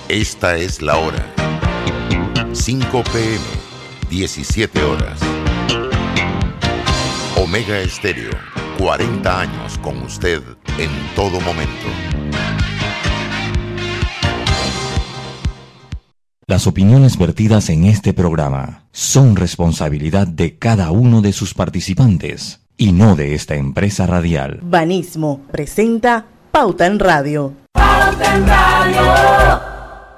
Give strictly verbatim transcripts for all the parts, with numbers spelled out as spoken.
Esta es la hora. cinco p m, diecisiete horas. Omega Estéreo, cuarenta años con usted en todo momento. Las opiniones vertidas en este programa son responsabilidad de cada uno de sus participantes y no de esta empresa radial. Banismo presenta Pauta en Radio. Pauta en Radio.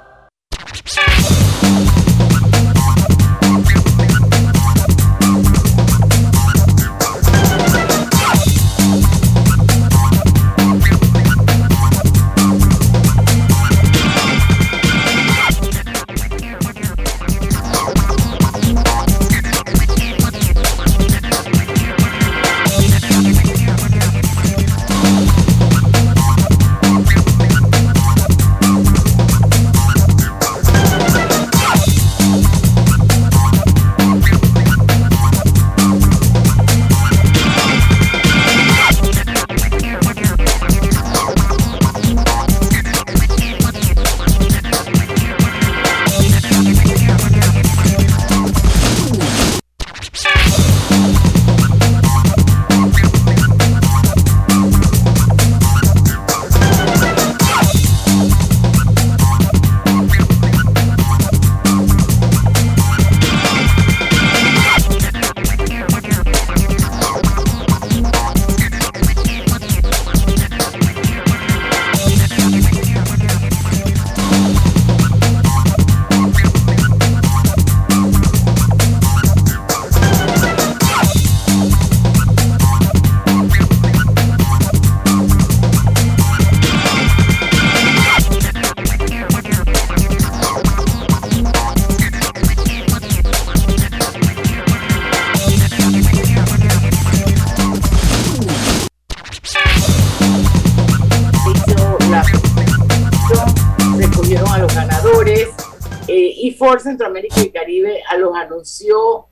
Centroamérica y Caribe a los anunció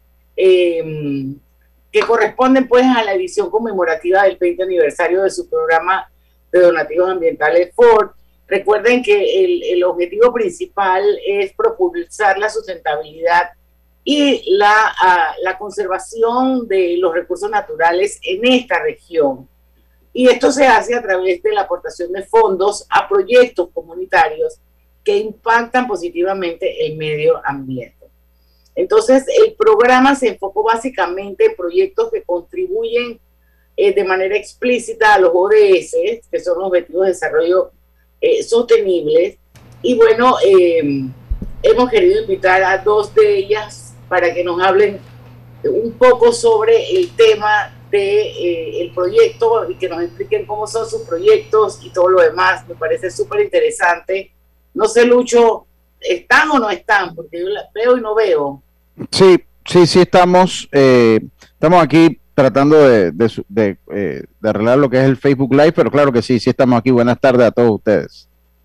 eh, que corresponden pues a la edición conmemorativa del veinte aniversario de su programa de donativos ambientales Ford. Recuerden que el, el objetivo principal es propulsar la sustentabilidad y la, uh, la conservación de los recursos naturales en esta región. Y esto se hace a través de la aportación de fondos a proyectos comunitarios que impactan positivamente el medio ambiente. Entonces, el programa se enfocó básicamente en proyectos que contribuyen eh, de manera explícita a los O D S, que son los Objetivos de Desarrollo eh, Sostenibles, y bueno, eh, hemos querido invitar a dos de ellas para que nos hablen un poco sobre el tema del de, eh, proyecto y que nos expliquen cómo son sus proyectos y todo lo demás. Me parece súper interesante. No sé, Lucho, ¿están o no están? Porque yo la veo y no veo. Sí, sí, sí estamos. Eh, estamos aquí tratando de, de, de, eh, de arreglar lo que es el Facebook Live, pero claro que sí, sí estamos aquí. Buenas tardes a todos ustedes.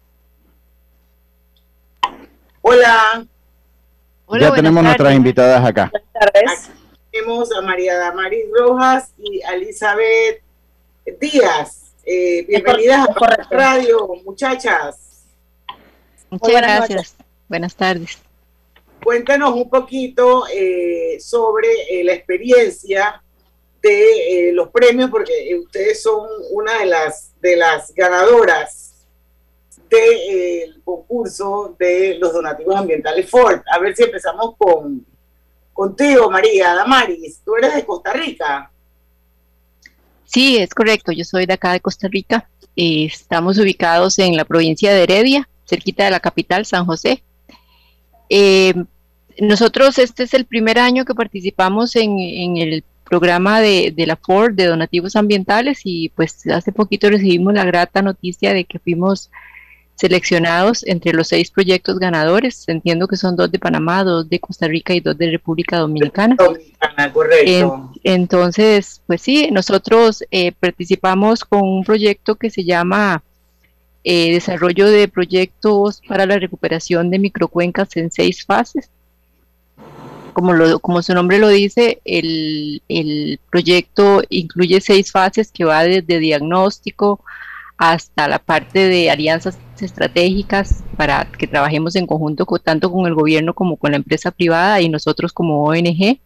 Hola. Hola, ya tenemos tardes. Nuestras invitadas acá. Buenas tardes. Aquí tenemos a María Damaris Rojas y a Elizabeth Díaz. Eh, bienvenidas a la radio, muchachas. Muchas buenas gracias. Noches. Buenas tardes. Cuéntanos un poquito eh, sobre eh, la experiencia de eh, los premios, porque eh, ustedes son una de las de las ganadoras del de, eh, concurso de los donativos ambientales Ford. A ver si empezamos con contigo, María Damaris. Tú eres de Costa Rica. Sí, es correcto. Yo soy de acá de Costa Rica. Eh, estamos ubicados en la provincia de Heredia, cerquita de la capital, San José. Eh, nosotros, este es el primer año que participamos en, en el programa de, de la Ford de donativos ambientales y pues hace poquito recibimos la grata noticia de que fuimos seleccionados entre los seis proyectos ganadores. Entiendo que son dos de Panamá, dos de Costa Rica y dos de República Dominicana. Dominicana, correcto. En, entonces, pues sí, nosotros eh, participamos con un proyecto que se llama eh, Desarrollo de Proyectos para la Recuperación de Microcuencas en seis fases. Como, lo, como su nombre lo dice, el, el proyecto incluye seis fases que va desde diagnóstico hasta la parte de alianzas estratégicas para que trabajemos en conjunto con, tanto con el gobierno como con la empresa privada y nosotros como O N G.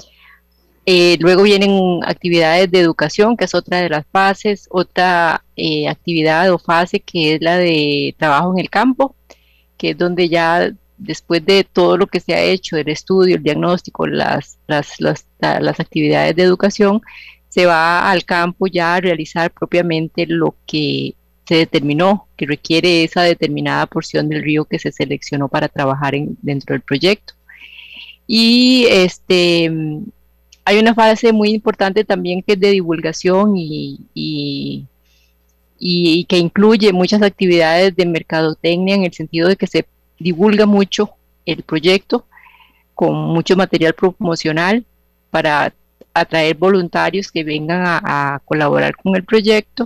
Eh, luego vienen actividades de educación, que es otra de las fases, otra eh, actividad o fase que es la de trabajo en el campo, que es donde ya después de todo lo que se ha hecho, el estudio, el diagnóstico, las, las, las, las actividades de educación, se va al campo ya a realizar propiamente lo que se determinó, que requiere esa determinada porción del río que se seleccionó para trabajar en, dentro del proyecto. Y este, hay una fase muy importante también que es de divulgación y, y, y, y que incluye muchas actividades de mercadotecnia en el sentido de que se divulga mucho el proyecto con mucho material promocional para atraer voluntarios que vengan a, a colaborar con el proyecto.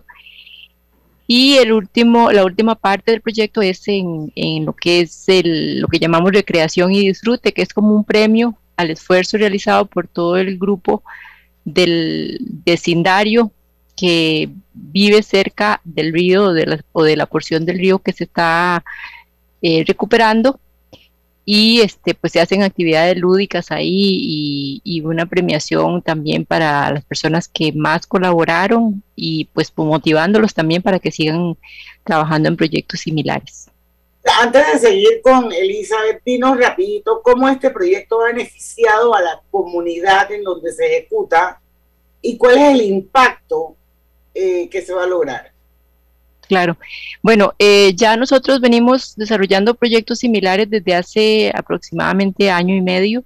Y el último, la última parte del proyecto es en, en lo que es el, lo que llamamos recreación y disfrute, que es como un premio al esfuerzo realizado por todo el grupo del vecindario que vive cerca del río de la, o de la porción del río que se está eh, recuperando, y este pues se hacen actividades lúdicas ahí y, y una premiación también para las personas que más colaboraron y pues motivándolos también para que sigan trabajando en proyectos similares. Antes de seguir con Elizabeth, dinos rapidito cómo este proyecto ha beneficiado a la comunidad en donde se ejecuta y cuál es el impacto eh, que se va a lograr. Claro, bueno, eh, ya nosotros venimos desarrollando proyectos similares desde hace aproximadamente año y medio.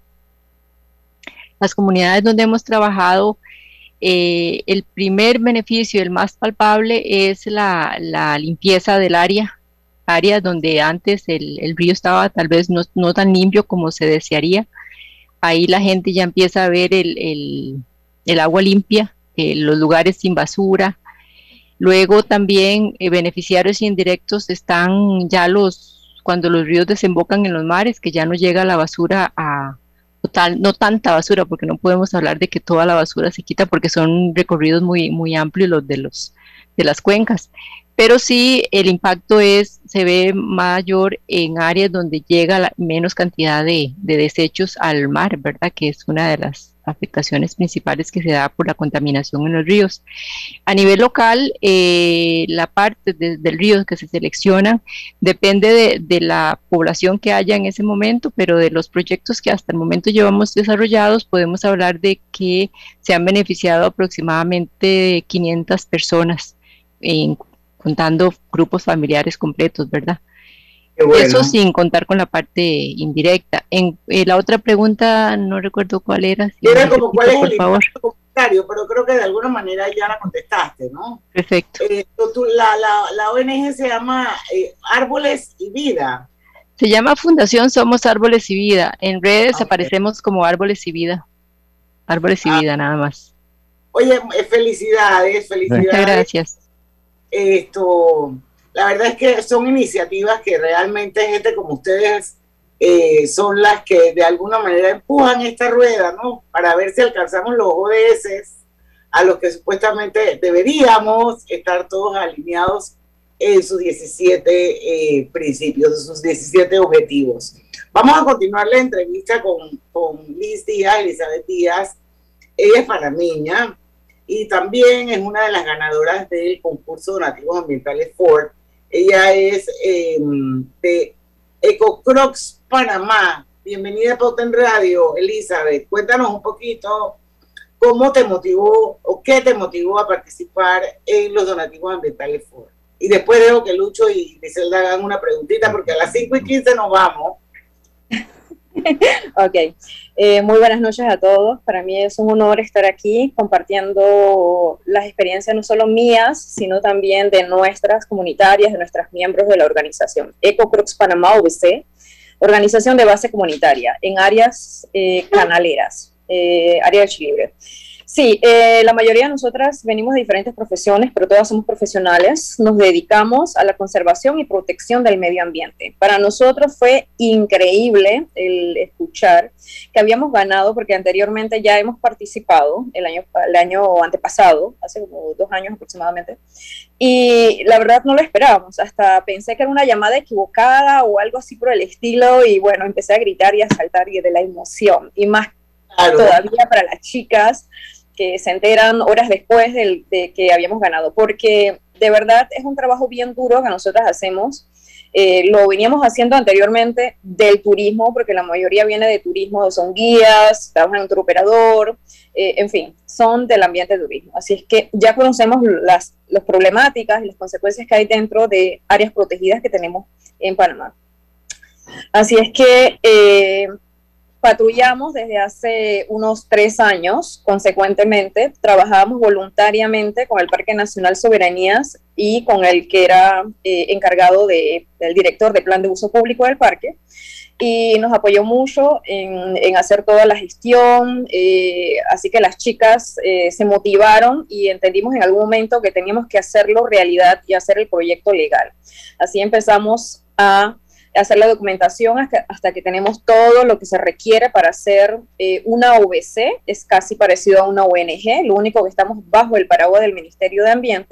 Las comunidades donde hemos trabajado, eh, el primer beneficio, el más palpable, es la, la limpieza del área, áreas donde antes el, el río estaba tal vez no, no tan limpio como se desearía. Ahí la gente ya empieza a ver el, el, el agua limpia, eh, los lugares sin basura. Luego también eh, beneficiarios indirectos están ya los, cuando los ríos desembocan en los mares, que ya no llega la basura a, total, no tanta basura, porque no podemos hablar de que toda la basura se quita, porque son recorridos muy, muy amplios los de los, de las cuencas. Pero sí el impacto es, se ve mayor en áreas donde llega la menos cantidad de, de desechos al mar, ¿verdad? Que es una de las afectaciones principales que se da por la contaminación en los ríos. A nivel local, eh, la parte de, del río que se selecciona depende de, de la población que haya en ese momento, pero de los proyectos que hasta el momento llevamos desarrollados, podemos hablar de que se han beneficiado aproximadamente quinientas personas, en, contando grupos familiares completos, ¿verdad? Bueno. Eso sin contar con la parte indirecta. En eh, la otra pregunta, no recuerdo cuál era. Si era como cuál es el impacto comunitario, pero creo que de alguna manera ya la contestaste, ¿no? Perfecto. Eh, tú, la, la, la O N G se llama eh, Árboles y Vida. Se llama Fundación Somos Árboles y Vida. En redes okay. aparecemos como Árboles y Vida. Árboles y ah. Vida, nada más. Oye, felicidades, felicidades. Muchas gracias. Esto... La verdad es que son iniciativas que realmente gente como ustedes eh, son las que de alguna manera empujan esta rueda, ¿no? Para ver si alcanzamos los O D S a los que supuestamente deberíamos estar todos alineados en sus diecisiete eh, principios, sus diecisiete objetivos. Vamos a continuar la entrevista con, con Liz Díaz, Elizabeth Díaz. Ella es panameña y también es una de las ganadoras del concurso Donativos Ambientales Ford. Ella es eh, de Ecocrocs Panamá. Bienvenida a Pauta en Radio, Elizabeth. Cuéntanos un poquito cómo te motivó o qué te motivó a participar en los Donativos Ambientales Ford. Y después dejo que Lucho y Griselda hagan una preguntita porque a las cinco y quince nos vamos. Ok, eh, muy buenas noches a todos. Para mí es un honor estar aquí compartiendo las experiencias no solo mías, sino también de nuestras comunitarias, de nuestros miembros de la organización Ecocrocs Panamá O B C, organización de base comunitaria en áreas eh, canaleras, eh, área de equilibrio. Sí, eh, la mayoría de nosotras venimos de diferentes profesiones, pero todas somos profesionales. Nos dedicamos a la conservación y protección del medio ambiente. Para nosotros fue increíble el escuchar que habíamos ganado, porque anteriormente ya hemos participado el año, el año antepasado, hace como dos años aproximadamente, y la verdad no lo esperábamos. Hasta pensé que era una llamada equivocada o algo así por el estilo, y bueno, empecé a gritar y a saltar y de la emoción, y más claro, todavía para las chicas que se enteran horas después de, de que habíamos ganado, porque de verdad es un trabajo bien duro que nosotras hacemos. Eh, lo veníamos haciendo anteriormente del turismo, porque la mayoría viene de turismo, son guías, trabajan en tour operador, eh, en fin, son del ambiente de turismo. Así es que ya conocemos las, las problemáticas y las consecuencias que hay dentro de áreas protegidas que tenemos en Panamá. Así es que eh, patrullamos desde hace unos tres años, consecuentemente, trabajamos voluntariamente con el Parque Nacional Soberanías y con el que era eh, encargado de, del director de plan de uso público del parque, y nos apoyó mucho en, en hacer toda la gestión, eh, así que las chicas eh, se motivaron y entendimos en algún momento que teníamos que hacerlo realidad y hacer el proyecto legal. Así empezamos a hacer la documentación hasta, hasta que tenemos todo lo que se requiere para hacer eh, una O B C, es casi parecido a una O N G, lo único que estamos bajo el paraguas del Ministerio de Ambiente,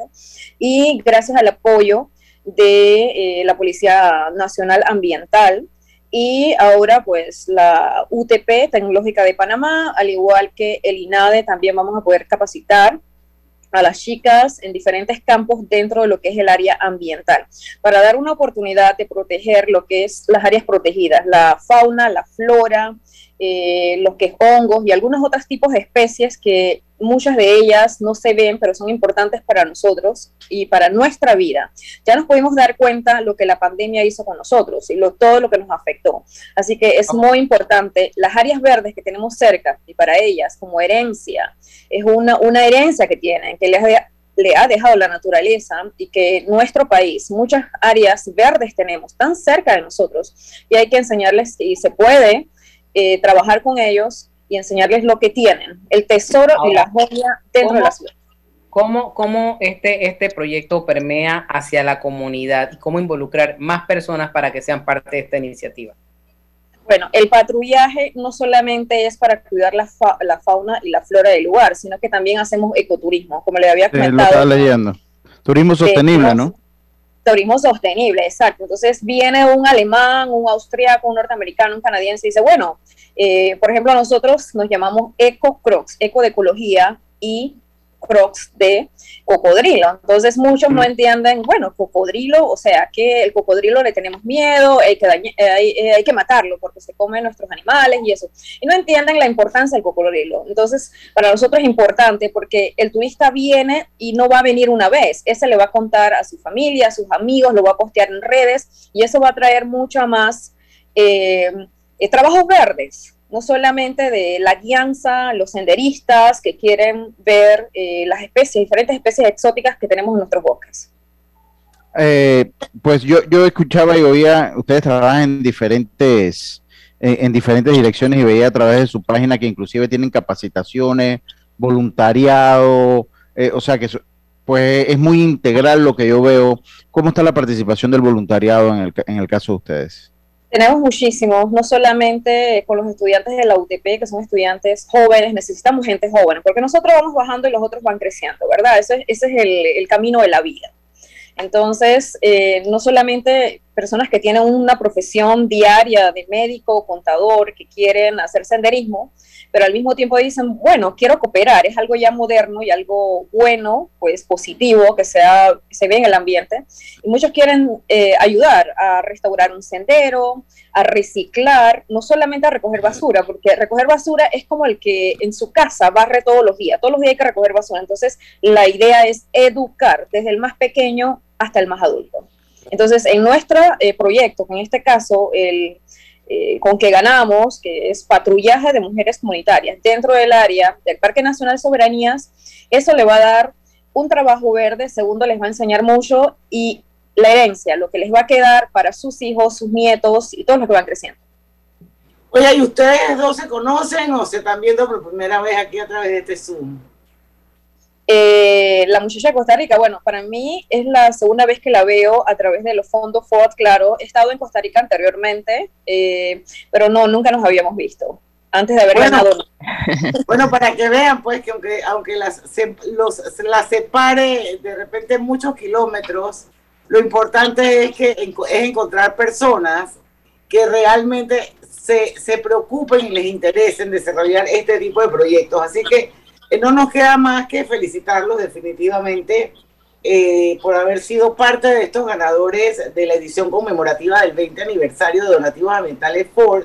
y gracias al apoyo de eh, la Policía Nacional Ambiental, y ahora pues la U T P Tecnológica de Panamá, al igual que el INADE, también vamos a poder capacitar a las chicas en diferentes campos dentro de lo que es el área ambiental, para dar una oportunidad de proteger lo que es las áreas protegidas, la fauna, la flora, eh, los que hongos y algunos otros tipos de especies que muchas de ellas no se ven, pero son importantes para nosotros y para nuestra vida. Ya nos pudimos dar cuenta lo que la pandemia hizo con nosotros y lo, todo lo que nos afectó. Así que es muy importante las áreas verdes que tenemos cerca, y para ellas como herencia, es una, una herencia que tienen, que les ha, le ha dejado la naturaleza, y que nuestro país, muchas áreas verdes tenemos tan cerca de nosotros, y hay que enseñarles, y se puede eh, trabajar con ellos y enseñarles lo que tienen, el tesoro Ahora, y la joya dentro de la ciudad. ¿Cómo, cómo este, este proyecto permea hacia la comunidad y cómo involucrar más personas para que sean parte de esta iniciativa? Bueno, el patrullaje no solamente es para cuidar la, fa la fauna y la flora del lugar, sino que también hacemos ecoturismo, como le había comentado. Sí, lo estaba leyendo. Turismo sostenible, ¿no? Turismo sostenible, exacto. Entonces viene un alemán, un austriaco, un norteamericano, un canadiense y dice, bueno, eh, por ejemplo, nosotros nos llamamos Eco Crocs, eco de ecología y Crocs de cocodrilo. Entonces muchos no entienden, bueno, cocodrilo, o sea, que el cocodrilo le tenemos miedo, hay que, dañe, eh, hay, eh, hay que matarlo porque se come nuestros animales y eso. Y no entienden la importancia del cocodrilo. Entonces, para nosotros es importante porque el turista viene y no va a venir una vez. Ese le va a contar a su familia, a sus amigos, lo va a postear en redes, y eso va a traer mucho más eh, eh, trabajos verdes. No solamente de la guianza, los senderistas que quieren ver eh, las especies, diferentes especies exóticas que tenemos en nuestros bosques. Eh, pues yo, yo escuchaba y oía, ustedes trabajan en diferentes, eh, en diferentes direcciones, y veía a través de su página que inclusive tienen capacitaciones, voluntariado, eh, o sea que pues es muy integral lo que yo veo. ¿Cómo está la participación del voluntariado en el, en el caso de ustedes? Tenemos muchísimos, no solamente con los estudiantes de la U T P, que son estudiantes jóvenes, necesitamos gente joven, porque nosotros vamos bajando y los otros van creciendo, ¿verdad? Ese, ese es el, el camino de la vida. Entonces, eh, no solamente personas que tienen una profesión diaria de médico, contador, que quieren hacer senderismo, pero al mismo tiempo dicen, bueno, quiero cooperar, es algo ya moderno y algo bueno, pues positivo, que sea, se ve en el ambiente, y muchos quieren eh, ayudar a restaurar un sendero, a reciclar, no solamente a recoger basura, porque recoger basura es como el que en su casa barre todos los días, todos los días hay que recoger basura. Entonces la idea es educar desde el más pequeño hasta el más adulto. Entonces en nuestro eh, proyecto, en este caso el Eh, con que ganamos, que es patrullaje de mujeres comunitarias dentro del área del Parque Nacional Soberanías, eso le va a dar un trabajo verde, segundo les va a enseñar mucho, y la herencia, lo que les va a quedar para sus hijos, sus nietos y todos los que van creciendo. Oye, ¿y ustedes dos se conocen o se están viendo por primera vez aquí a través de este Zoom? Eh, la muchacha de Costa Rica, bueno, para mí es la segunda vez que la veo a través de los fondos Ford, claro. He estado en Costa Rica anteriormente, eh, pero no, nunca nos habíamos visto antes de haber bueno, ganado. Bueno, para que vean, pues, que aunque, aunque las, se, los, las separe de repente muchos kilómetros, lo importante es que es encontrar personas que realmente se, se preocupen y les interesen desarrollar este tipo de proyectos. Así que eh, no nos queda más que felicitarlos definitivamente eh, por haber sido parte de estos ganadores de la edición conmemorativa del veinte aniversario de Donativos Ambientales Ford.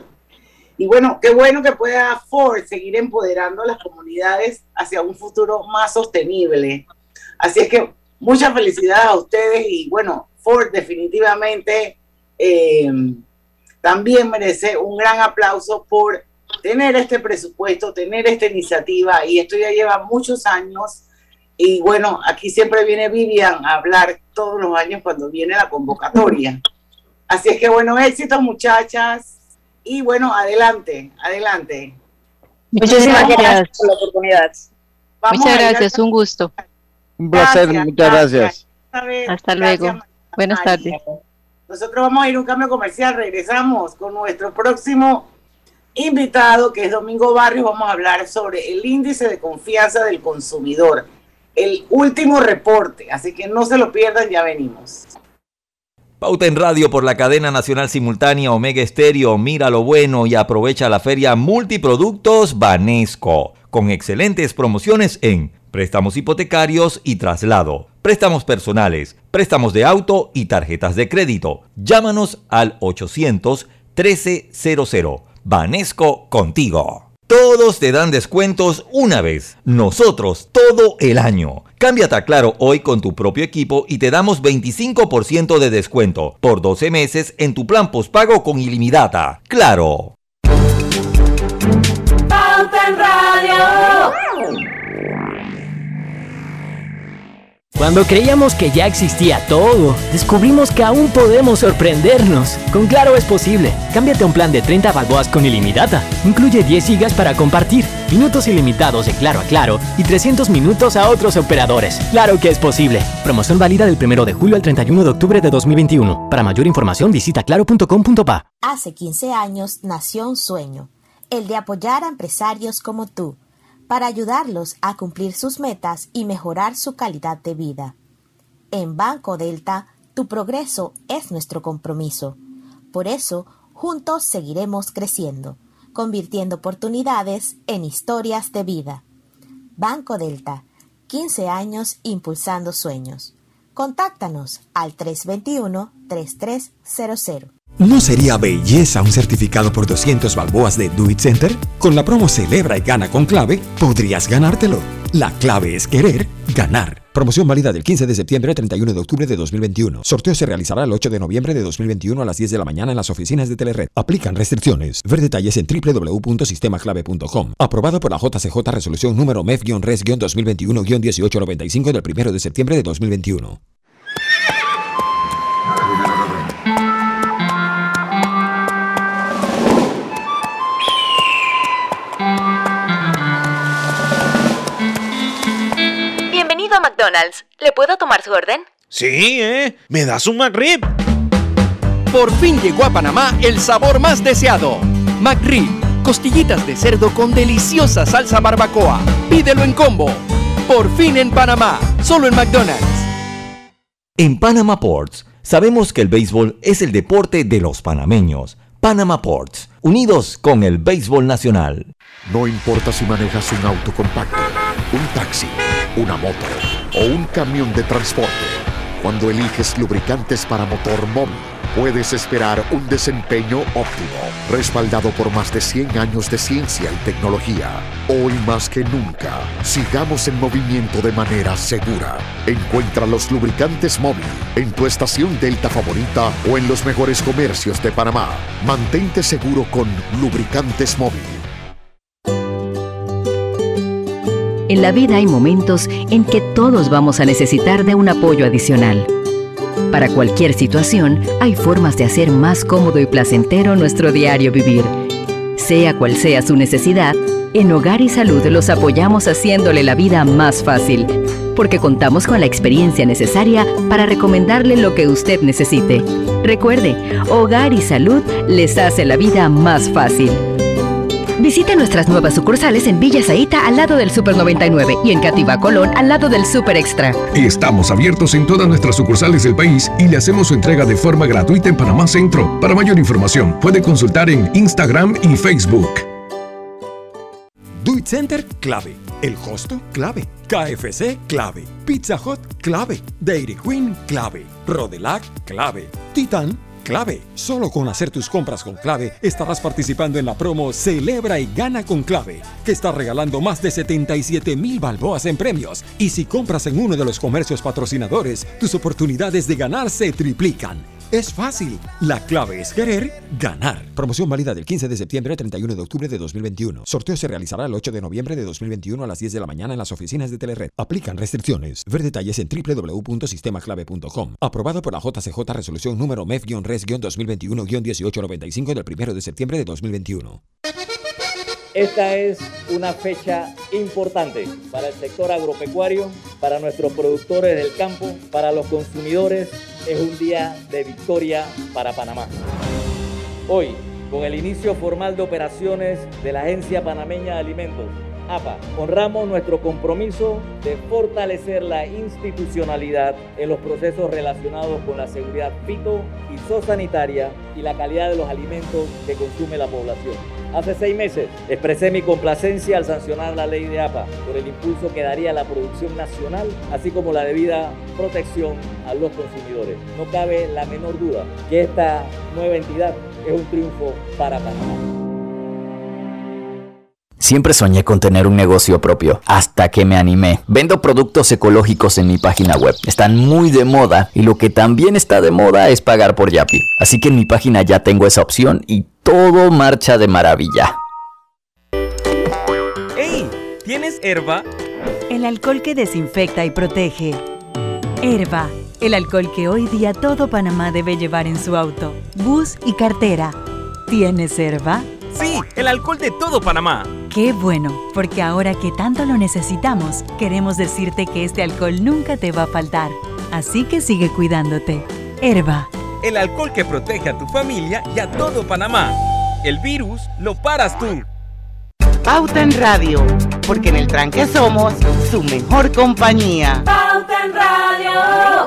Y bueno, qué bueno que pueda Ford seguir empoderando a las comunidades hacia un futuro más sostenible. Así es que muchas felicidades a ustedes y bueno, Ford definitivamente eh, también merece un gran aplauso por tener este presupuesto, tener esta iniciativa, y esto ya lleva muchos años. Y bueno, aquí siempre viene Vivian a hablar todos los años cuando viene la convocatoria. Así es que bueno, éxitos muchachas, y bueno, adelante, adelante. Muchísimas gracias por la oportunidad. Vamos Muchas gracias, un gusto. Un placer, gracias, muchas gracias. gracias. Hasta luego. Gracias, buenas Ay, tardes. Nosotros vamos a ir a un cambio comercial, regresamos con nuestro próximo invitado, que es Domingo Barrios. Vamos a hablar sobre el índice de confianza del consumidor, el último reporte, así que no se lo pierdan, ya venimos. Pauta en Radio por la cadena nacional simultánea Omega Estéreo. Mira lo bueno y aprovecha la feria Multiproductos Banesco, con excelentes promociones en préstamos hipotecarios y traslado, préstamos personales, préstamos de auto y tarjetas de crédito. Llámanos al ochocientos trece cero cero. Banesco contigo. Todos te dan descuentos una vez, nosotros todo el año. Cámbiate a Claro hoy con tu propio equipo y te damos veinticinco por ciento de descuento por doce meses en tu plan postpago con ilimitada. ¡Claro! Pauta en Radio. Cuando creíamos que ya existía todo, descubrimos que aún podemos sorprendernos. Con Claro es posible. Cámbiate a un plan de treinta balboas con ilimitada. Incluye diez gigas para compartir, minutos ilimitados de Claro a Claro y trescientos minutos a otros operadores. ¡Claro que es posible! Promoción válida del primero de julio al treinta y uno de octubre de dos mil veintiuno. Para mayor información visita claro punto com punto pa. Hace quince años nació un sueño, el de apoyar a empresarios como tú, para ayudarlos a cumplir sus metas y mejorar su calidad de vida. En Banco Delta, tu progreso es nuestro compromiso. Por eso, juntos seguiremos creciendo, convirtiendo oportunidades en historias de vida. Banco Delta, quince años impulsando sueños. Contáctanos al tres dos uno, tres tres cero cero. ¿No sería belleza un certificado por doscientos balboas de Do It Center? Con la promo Celebra y Gana con Clave, podrías ganártelo. La clave es querer ganar. Promoción válida del quince de septiembre al treinta y uno de octubre de dos mil veintiuno. Sorteo se realizará el ocho de noviembre de dos mil veintiuno a las diez de la mañana en las oficinas de Telered. Aplican restricciones. Ver detalles en doble u doble u doble u punto sistema clave punto com. Aprobado por la J C J Resolución número M E F Res dos mil veintiuno dieciocho noventa y cinco del primero de septiembre de dos mil veintiuno. Bienvenido a McDonald's. ¿Le puedo tomar su orden? Sí, ¿eh? ¿Me das un McRib? Por fin llegó a Panamá el sabor más deseado. McRib, costillitas de cerdo con deliciosa salsa barbacoa. Pídelo en combo. Por fin en Panamá, solo en McDonald's. En Panama Ports, sabemos que el béisbol es el deporte de los panameños. Panama Ports, unidos con el béisbol nacional. No importa si manejas un auto compacto, un taxi, una moto o un camión de transporte. Cuando eliges lubricantes para motor móvil, puedes esperar un desempeño óptimo, respaldado por más de cien años de ciencia y tecnología. Hoy más que nunca, sigamos en movimiento de manera segura. Encuentra los lubricantes móvil en tu estación Delta favorita o en los mejores comercios de Panamá. Mantente seguro con lubricantes móvil. En la vida hay momentos en que todos vamos a necesitar de un apoyo adicional. Para cualquier situación, hay formas de hacer más cómodo y placentero nuestro diario vivir. Sea cual sea su necesidad, en Hogar y Salud los apoyamos haciéndole la vida más fácil, porque contamos con la experiencia necesaria para recomendarle lo que usted necesite. Recuerde, Hogar y Salud les hace la vida más fácil. Visite nuestras nuevas sucursales en Villa Zaita al lado del Super noventa y nueve y en Cativa Colón al lado del Super Extra. Estamos abiertos en todas nuestras sucursales del país y le hacemos su entrega de forma gratuita en Panamá Centro. Para mayor información, puede consultar en Instagram y Facebook. Do It Center, clave. El Hosto, clave. K F C, clave. Pizza Hut, clave. Dairy Queen, clave. Rodelac, clave. Titan, clave. Solo con hacer tus compras con clave estarás participando en la promo Celebra y Gana con Clave, que está regalando más de setenta y siete mil balboas en premios. Y si compras en uno de los comercios patrocinadores, tus oportunidades de ganar se triplican. Es fácil. La clave es querer ganar. Promoción válida del quince de septiembre al treinta y uno de octubre de dos mil veintiuno. Sorteo se realizará el ocho de noviembre de dos mil veintiuno a las diez de la mañana en las oficinas de Telered. Aplican restricciones. Ver detalles en doble u doble u doble u punto sistema clave punto com. Aprobado por la J C J Resolución número M E F-Res dos mil veintiuno dieciocho noventa y cinco del primero de septiembre de dos mil veintiuno. Esta es una fecha importante para el sector agropecuario, para nuestros productores del campo, para los consumidores. Es un día de victoria para Panamá. Hoy, con el inicio formal de operaciones de la Agencia Panameña de Alimentos, A P A, honramos nuestro compromiso de fortalecer la institucionalidad en los procesos relacionados con la seguridad fito y zoosanitaria y la calidad de los alimentos que consume la población. Hace seis meses expresé mi complacencia al sancionar la ley de A P A por el impulso que daría a la producción nacional, así como la debida protección a los consumidores. No cabe la menor duda que esta nueva entidad es un triunfo para Panamá. Siempre soñé con tener un negocio propio, hasta que me animé. Vendo productos ecológicos en mi página web. Están muy de moda y lo que también está de moda es pagar por Yapi. Así que en mi página ya tengo esa opción y todo marcha de maravilla. ¡Ey! ¿Tienes Herba? El alcohol que desinfecta y protege. Herba, el alcohol que hoy día todo Panamá debe llevar en su auto, bus y cartera. ¿Tienes Herba? Sí, el alcohol de todo Panamá. Qué bueno, porque ahora que tanto lo necesitamos, queremos decirte que este alcohol nunca te va a faltar. Así que sigue cuidándote. Herba. El alcohol que protege a tu familia y a todo Panamá. El virus lo paras tú. Pauta en Radio, porque en el tranque somos su mejor compañía. Pauta en Radio.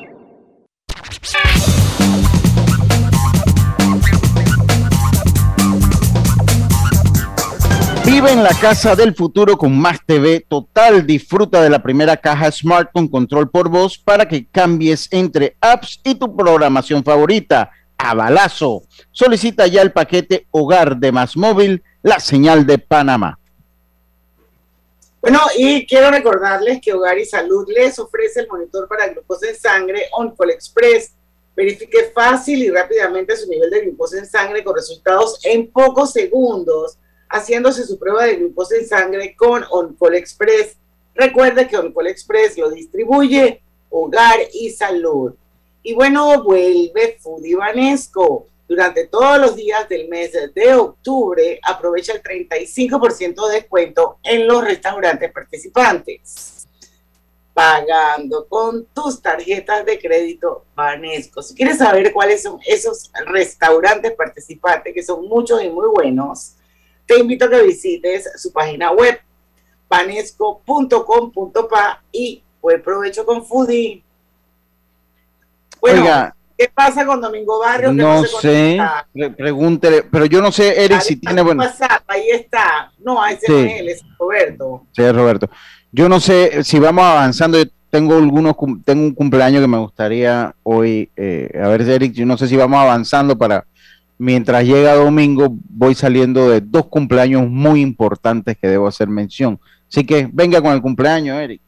Vive en la casa del futuro con Más T V Total. Disfruta de la primera caja Smart con control por voz para que cambies entre apps y tu programación favorita. A balazo. Solicita ya el paquete Hogar de Más Móvil, la señal de Panamá. Bueno, y quiero recordarles que Hogar y Salud les ofrece el monitor para glucosa en sangre OnCall Express. Verifique fácil y rápidamente su nivel de glucosa en sangre con resultados en pocos segundos, haciéndose su prueba de glucosa en sangre con OnCall Express. Recuerde que OnCall Express lo distribuye Hogar y Salud. Y bueno, vuelve Foodie Banesco. Durante todos los días del mes de octubre, aprovecha el treinta y cinco por ciento de descuento en los restaurantes participantes. Pagando con tus tarjetas de crédito Banesco. Si quieres saber cuáles son esos restaurantes participantes, que son muchos y muy buenos, te invito a que visites su página web, banesco punto com punto pa, y buen provecho con Foodie. Bueno, Oiga, ¿qué pasa con Domingo Barrios? No, no sé, pre pregúntele, pero yo no sé, Eric, si tiene bueno. WhatsApp, ahí está. No, ese sí. No es él, es Roberto. Sí, es Roberto. Yo no sé si vamos avanzando. Yo tengo algunos, tengo un cumpleaños que me gustaría hoy. Eh, a ver, Eric, yo no sé si vamos avanzando para. Mientras llega domingo, voy saliendo de dos cumpleaños muy importantes que debo hacer mención. Así que venga con el cumpleaños, Eric.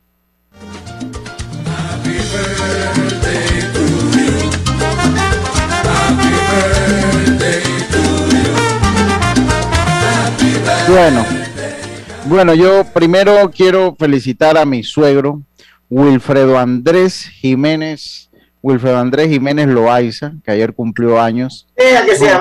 Happy birthday to you. Happy birthday to you. Happy birthday. Bueno, bueno, yo primero quiero felicitar a mi suegro, Wilfredo Andrés Jiménez. Wilfredo Andrés Jiménez Loaiza, que ayer cumplió años. ¿Qué que se llamaba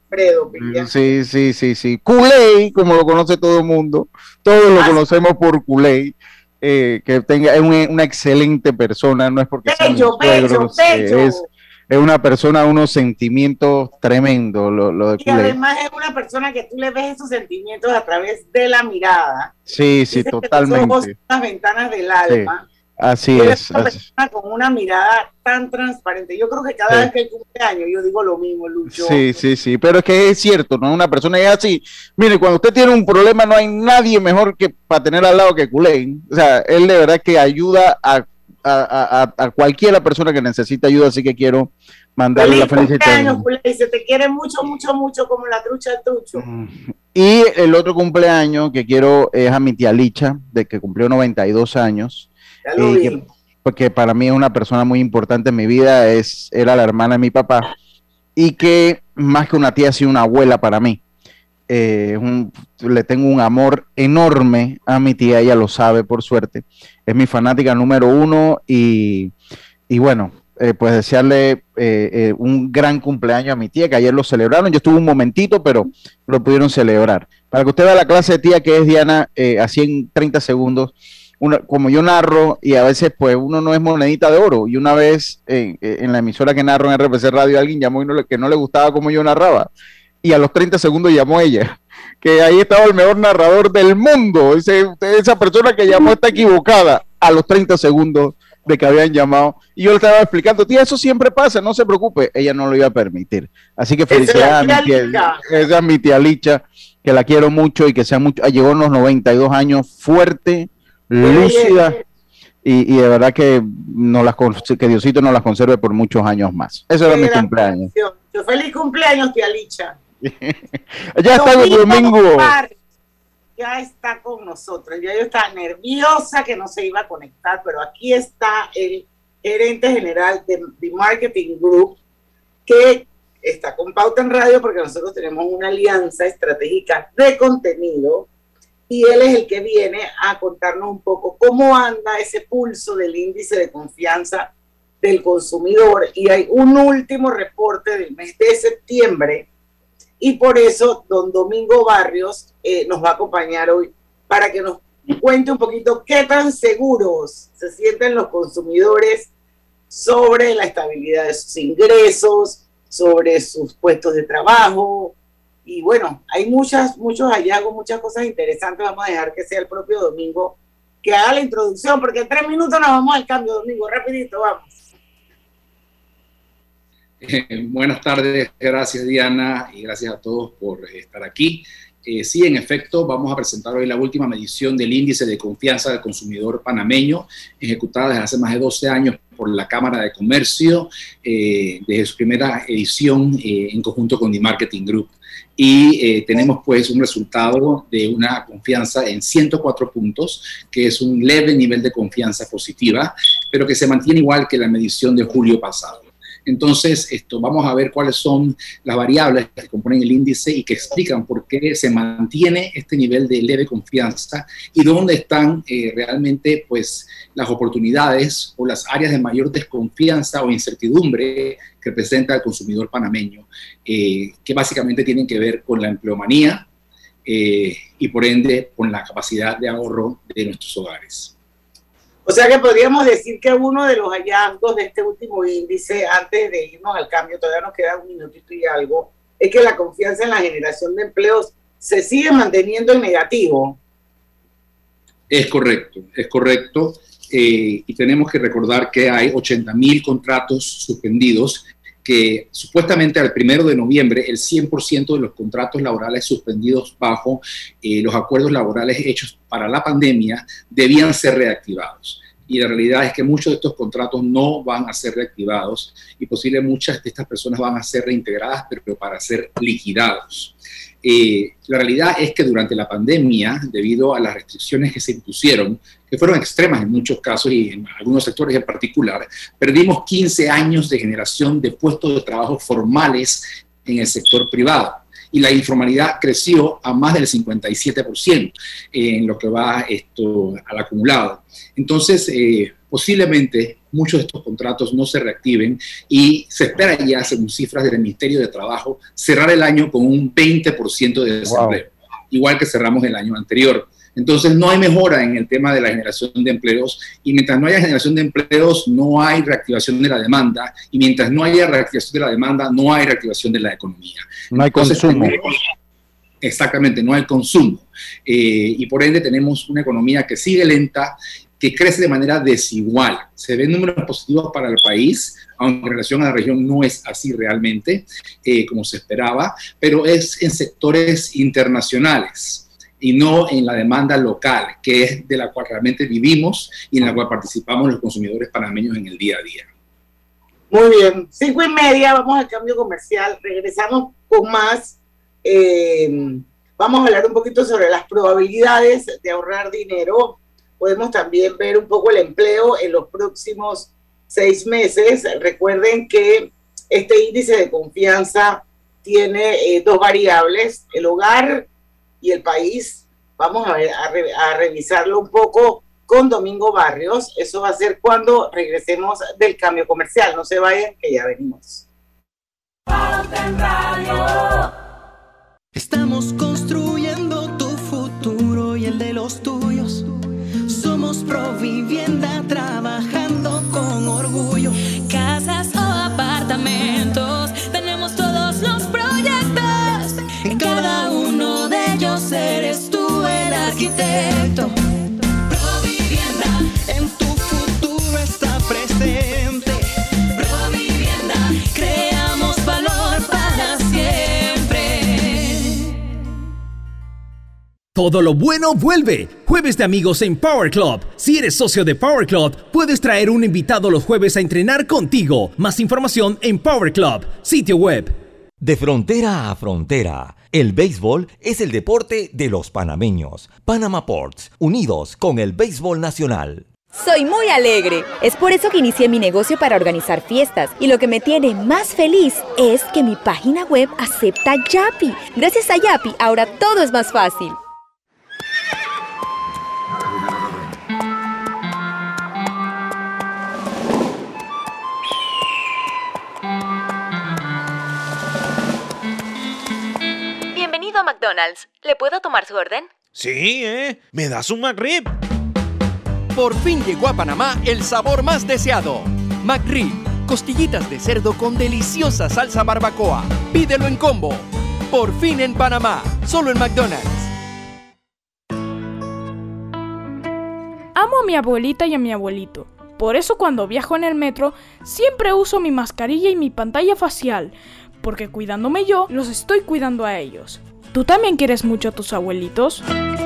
predoping. Sí, sí, sí, sí. Kool-Aid, como lo conoce todo el mundo, todos lo conocemos por Kool-Aid. Eh, que tenga, es un, una excelente persona, no es porque sean mis suegros, eh, es, es una persona, unos sentimientos tremendos, lo, lo de y además es una persona que tú le ves esos sentimientos a través de la mirada. Sí, sí, Dice totalmente. Que los ojos son las ventanas del alma. Sí, así y es. Una así. persona con una mirada tan transparente. Yo creo que cada Sí. vez que hay cumpleaños yo digo lo mismo, Lucho. Sí, sí, sí, pero es que es cierto, ¿no? Una persona es así. Mire, cuando usted tiene un problema, no hay nadie mejor que para tener al lado que Kool-Aid. O sea, él de verdad que ayuda a, a, a, a cualquier persona que necesite ayuda, así que quiero mandarle la felicitación. Kool-Aid, se te quiere mucho, mucho, mucho como la trucha del tucho. Y el otro cumpleaños que quiero es a mi tía Licha, de que cumplió noventa y dos años. Ya lo eh, vi. que, porque para mí es una persona muy importante en mi vida, es, era la hermana de mi papá, y que más que una tía ha sido una abuela para mí. Eh, un, le tengo un amor enorme a mi tía, ella lo sabe por suerte, es mi fanática número uno y, y bueno, eh, pues desearle eh, eh, un gran cumpleaños a mi tía, que ayer lo celebraron, yo estuve un momentito, pero lo pudieron celebrar. Para que usted vea la clase de tía que es Diana, eh, así en treinta segundos, Una, como yo narro, y a veces pues uno no es monedita de oro, y una vez eh, en la emisora que narro en R P C Radio alguien llamó y no le, que no le gustaba cómo yo narraba, y a los treinta segundos llamó ella, que ahí estaba el mejor narrador del mundo. Ese, esa persona que llamó está equivocada a los treinta segundos de que habían llamado, y yo le estaba explicando, tía, eso siempre pasa, no se preocupe, ella no lo iba a permitir. Así que felicidades a mi tía, esa es mi tía Licha, que la quiero mucho y que sea mucho, llegó a unos noventa y dos años, fuerte, lúcida, y, y de verdad que, no las, que Diosito nos las conserve por muchos años más. Eso era mi cumpleaños. Feliz cumpleaños, tía Licha. Ya está el domingo. Ya está con nosotros. Ya yo estaba nerviosa que no se iba a conectar, pero aquí está el gerente general de, de Marketing Group, que está con Pauta en Radio porque nosotros tenemos una alianza estratégica de contenido. Y él es el que viene a contarnos un poco cómo anda ese pulso del índice de confianza del consumidor. Y hay un último reporte del mes de septiembre. Y por eso don Domingo Barrios eh, nos va a acompañar hoy para que nos cuente un poquito qué tan seguros se sienten los consumidores sobre la estabilidad de sus ingresos, sobre sus puestos de trabajo. Y bueno, hay muchas, muchos hallazgos, muchas cosas interesantes. Vamos a dejar que sea el propio Domingo que haga la introducción, porque en tres minutos nos vamos al cambio, Domingo. Rapidito, vamos. Eh, buenas tardes, gracias Diana y gracias a todos por estar aquí. Eh, sí, en efecto, vamos a presentar hoy la última medición del índice de confianza del consumidor panameño, ejecutada desde hace más de doce años por la Cámara de Comercio, eh, desde su primera edición eh, en conjunto con The Marketing Group. Y eh, tenemos pues un resultado de una confianza en ciento cuatro puntos, que es un leve nivel de confianza positiva, pero que se mantiene igual que la medición de julio pasado. Entonces, esto, vamos a ver cuáles son las variables que componen el índice y que explican por qué se mantiene este nivel de leve confianza y dónde están eh, realmente pues, las oportunidades o las áreas de mayor desconfianza o incertidumbre que presenta el consumidor panameño, eh, que básicamente tienen que ver con la empleomanía eh, y por ende con la capacidad de ahorro de nuestros hogares. O sea que podríamos decir que uno de los hallazgos de este último índice, antes de irnos al cambio, todavía nos queda un minutito y algo, es que la confianza en la generación de empleos se sigue manteniendo en negativo. Es correcto, es correcto. Eh, y tenemos que recordar que hay ochenta mil contratos suspendidos, que supuestamente al primero de noviembre el cien por ciento de los contratos laborales suspendidos bajo eh, los acuerdos laborales hechos para la pandemia debían ser reactivados. Y la realidad es que muchos de estos contratos no van a ser reactivados y posiblemente muchas de estas personas van a ser reintegradas, pero para ser liquidados. Eh, la realidad es que durante la pandemia, debido a las restricciones que se impusieron, que fueron extremas en muchos casos y en algunos sectores en particular, perdimos quince años de generación de puestos de trabajo formales en el sector privado. Y la informalidad creció a más del cincuenta y siete por ciento en lo que va esto al acumulado. Entonces, eh, posiblemente muchos de estos contratos no se reactiven y se espera ya, según cifras del Ministerio de Trabajo, cerrar el año con un veinte por ciento de desempleo, wow. igual que cerramos el año anterior. Entonces no hay mejora en el tema de la generación de empleos y mientras no haya generación de empleos no hay reactivación de la demanda y mientras no haya reactivación de la demanda no hay reactivación de la economía. No hay Entonces, consumo. Tenemos, exactamente, no hay consumo eh, y por ende tenemos una economía que sigue lenta, que crece de manera desigual. Se ven números positivos para el país, aunque en relación a la región no es así realmente, eh, como se esperaba, pero es en sectores internacionales y no en la demanda local, que es de la cual realmente vivimos y en la cual participamos los consumidores panameños en el día a día. Muy bien, cinco y media, vamos al cambio comercial, regresamos con más. Eh, vamos a hablar un poquito sobre las probabilidades de ahorrar dinero. Podemos también ver un poco el empleo en los próximos seis meses. Recuerden que este índice de confianza tiene eh, dos variables, el hogar y el país. Vamos a, ver, a, re, a revisarlo un poco con Domingo Barrios. Eso va a ser cuando regresemos del cambio comercial. No se vayan, que ya venimos. Estamos construyendo tu futuro y el de los tuyos. Somos Provivienda, trabajando con orgullo. Casas o apartamentos, tenemos todos los proyectos. En cada uno de ellos eres tú el arquitecto. Provivienda, en tu futuro está presente. Provivienda, creamos valor para siempre. Todo lo bueno vuelve. Jueves de amigos en Power Club. Si eres socio de Power Club, puedes traer un invitado los jueves a entrenar contigo. Más información en Power Club, sitio web. De frontera a frontera, el béisbol es el deporte de los panameños. Panama Ports, unidos con el béisbol nacional. Soy muy alegre. Es por eso que inicié mi negocio para organizar fiestas. Y lo que me tiene más feliz es que mi página web acepta Yapi. Gracias a Yapi, ahora todo es más fácil. Bienvenido a McDonald's. ¿Le puedo tomar su orden? Sí, ¿eh? ¿Me das un McRib? Por fin llegó a Panamá el sabor más deseado. McRib, costillitas de cerdo con deliciosa salsa barbacoa. Pídelo en combo. Por fin en Panamá, solo en McDonald's. Amo a mi abuelita y a mi abuelito. Por eso cuando viajo en el metro siempre uso mi mascarilla y mi pantalla facial, porque cuidándome yo, los estoy cuidando a ellos. ¿Tú también quieres mucho a tus abuelitos?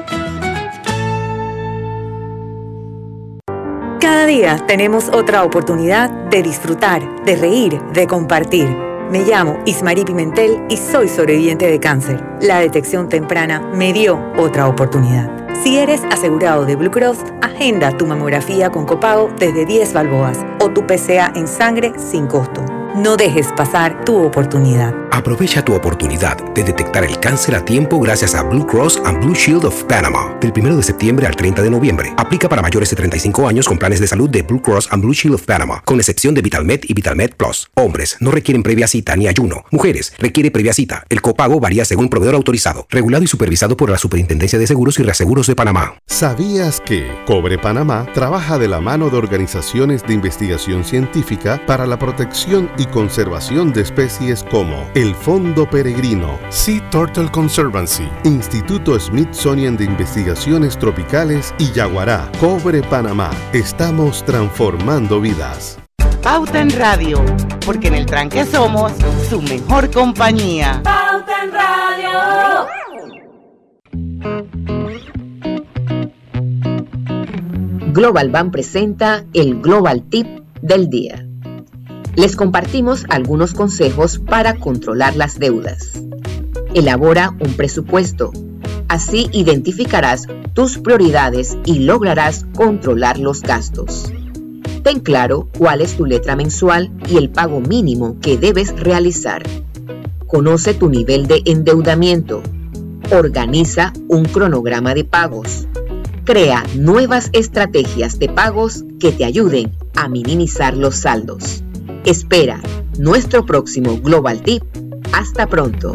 Cada día tenemos otra oportunidad de disfrutar, de reír, de compartir. Me llamo Ismarí Pimentel y soy sobreviviente de cáncer. La detección temprana me dio otra oportunidad. Si eres asegurado de Blue Cross, agenda tu mamografía con copago desde diez balboas o tu P C A en sangre sin costo. No dejes pasar tu oportunidad. Aprovecha tu oportunidad de detectar el cáncer a tiempo gracias a Blue Cross and Blue Shield of Panama. Del primero de septiembre al treinta de noviembre. Aplica para mayores de treinta y cinco años con planes de salud de Blue Cross and Blue Shield of Panama, con excepción de VitalMed y VitalMed Plus. Hombres no requieren previa cita ni ayuno. Mujeres requiere previa cita. El copago varía según proveedor autorizado, regulado y supervisado por la Superintendencia de Seguros y Reaseguros de Panamá. ¿Sabías que Cobre Panamá trabaja de la mano de organizaciones de investigación científica para la protección y conservación de especies como el Fondo Peregrino, Sea Turtle Conservancy, Instituto Smithsonian de Investigaciones Tropicales y Yaguará? Cobre Panamá. Estamos transformando vidas. Pauta en Radio, porque en el tranque somos su mejor compañía. Pauta en Radio. Global Bank presenta el Global Tip del día. Les compartimos algunos consejos para controlar las deudas. Elabora un presupuesto. Así identificarás tus prioridades y lograrás controlar los gastos. Ten claro cuál es tu letra mensual y el pago mínimo que debes realizar. Conoce tu nivel de endeudamiento. Organiza un cronograma de pagos. Crea nuevas estrategias de pagos que te ayuden a minimizar los saldos. Espera nuestro próximo Global Tip. Hasta pronto.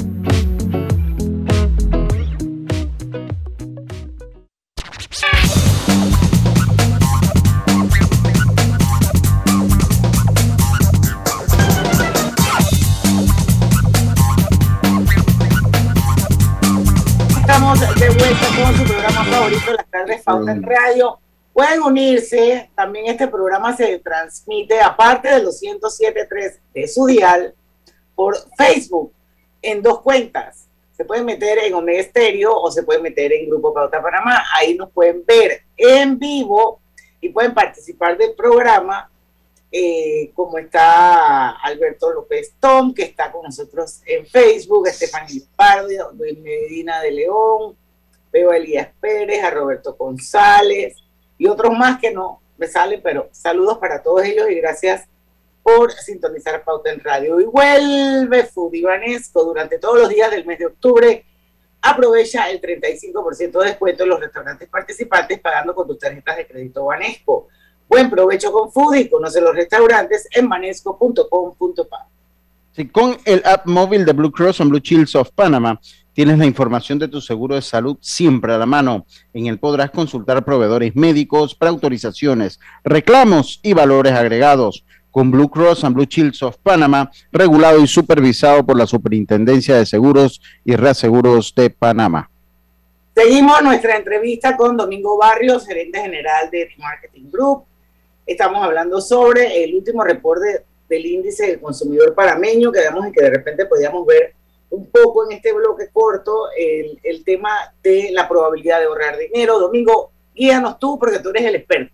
Estamos de vuelta con su programa favorito, Las Tardes Pauta en Radio. Pueden unirse, también este programa se transmite, aparte de los ciento siete punto tres de su dial, por Facebook, en dos cuentas. Se pueden meter en Omega Estéreo o se pueden meter en Grupo Pauta Panamá. Ahí nos pueden ver en vivo y pueden participar del programa, eh, como está Alberto López Tom, que está con nosotros en Facebook, Estefanía Pardo, Medina de León, veo a Elías Pérez, a Roberto González y otros más que no me salen, pero saludos para todos ellos y gracias por sintonizar Pauta en Radio. Y vuelve Foodie Banesco durante todos los días del mes de octubre. Aprovecha el treinta y cinco por ciento de descuento en los restaurantes participantes pagando con tus tarjetas de crédito Banesco. Buen provecho con Foodie. Conoce los restaurantes en banesco punto com punto pa. Sí, con el app móvil de Blue Cross and Blue Shield of Panama tienes la información de tu seguro de salud siempre a la mano. En él podrás consultar proveedores médicos, preautorizaciones, reclamos y valores agregados. Con Blue Cross and Blue Shield of Panama, regulado y supervisado por la Superintendencia de Seguros y Reaseguros de Panamá. Seguimos nuestra entrevista con Domingo Barrios, gerente general de Marketing Group. Estamos hablando sobre el último reporte del índice del consumidor panameño, que vemos y que de repente podíamos ver un poco en este bloque corto el, el tema de la probabilidad de ahorrar dinero. Domingo, guíanos tú porque tú eres el experto.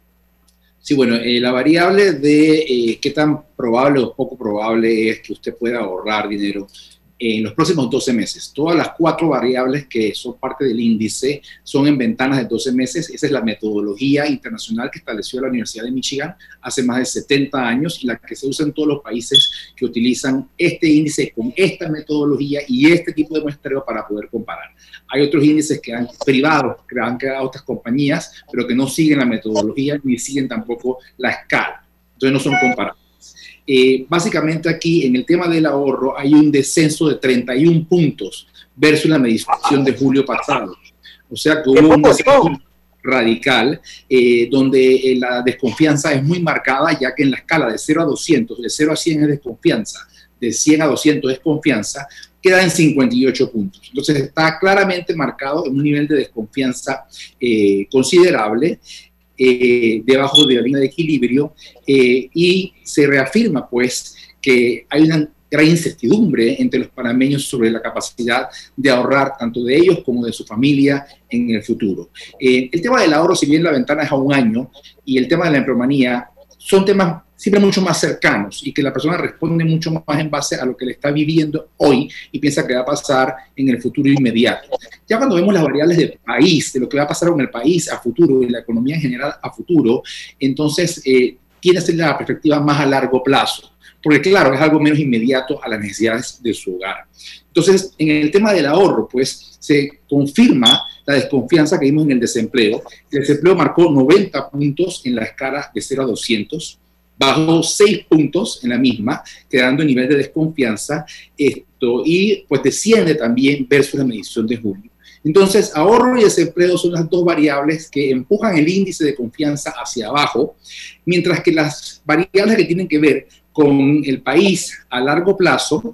Sí, bueno, eh, la variable de eh, qué tan probable o poco probable es que usted pueda ahorrar dinero en los próximos doce meses. Todas las cuatro variables que son parte del índice son en ventanas de doce meses. Esa es la metodología internacional que estableció la Universidad de Michigan hace más de setenta años y la que se usa en todos los países que utilizan este índice con esta metodología y este tipo de muestreo para poder comparar. Hay otros índices que han privados, que han creado otras compañías, pero que no siguen la metodología ni siguen tampoco la escala. Entonces no son comparables. Eh, básicamente aquí en el tema del ahorro hay un descenso de treinta y un puntos versus la medición de julio pasado. O sea que hubo un descenso radical eh, donde eh, la desconfianza es muy marcada, ya que en la escala de cero a doscientos, de cero a cien es desconfianza, de cien a doscientos es confianza, queda en cincuenta y ocho puntos. Entonces está claramente marcado en un nivel de desconfianza eh, considerable, Eh, debajo de la línea de equilibrio eh, y se reafirma pues que hay una gran incertidumbre entre los panameños sobre la capacidad de ahorrar tanto de ellos como de su familia en el futuro. Eh, el tema del ahorro, si bien la ventana es a un año, y el tema de la empleomanía son temas siempre mucho más cercanos y que la persona responde mucho más en base a lo que le está viviendo hoy y piensa que va a pasar en el futuro inmediato. Ya cuando vemos las variables del país, de lo que va a pasar con el país a futuro y la economía en general a futuro, entonces eh, tiene que ser la perspectiva más a largo plazo, porque claro, es algo menos inmediato a las necesidades de su hogar. Entonces, en el tema del ahorro, pues se confirma la desconfianza que vimos en el desempleo. El desempleo marcó noventa puntos en la escala de cero a doscientos, bajó seis puntos en la misma, quedando en nivel de desconfianza, esto, y pues desciende también versus la medición de julio. Entonces, ahorro y desempleo son las dos variables que empujan el índice de confianza hacia abajo, mientras que las variables que tienen que ver con el país a largo plazo,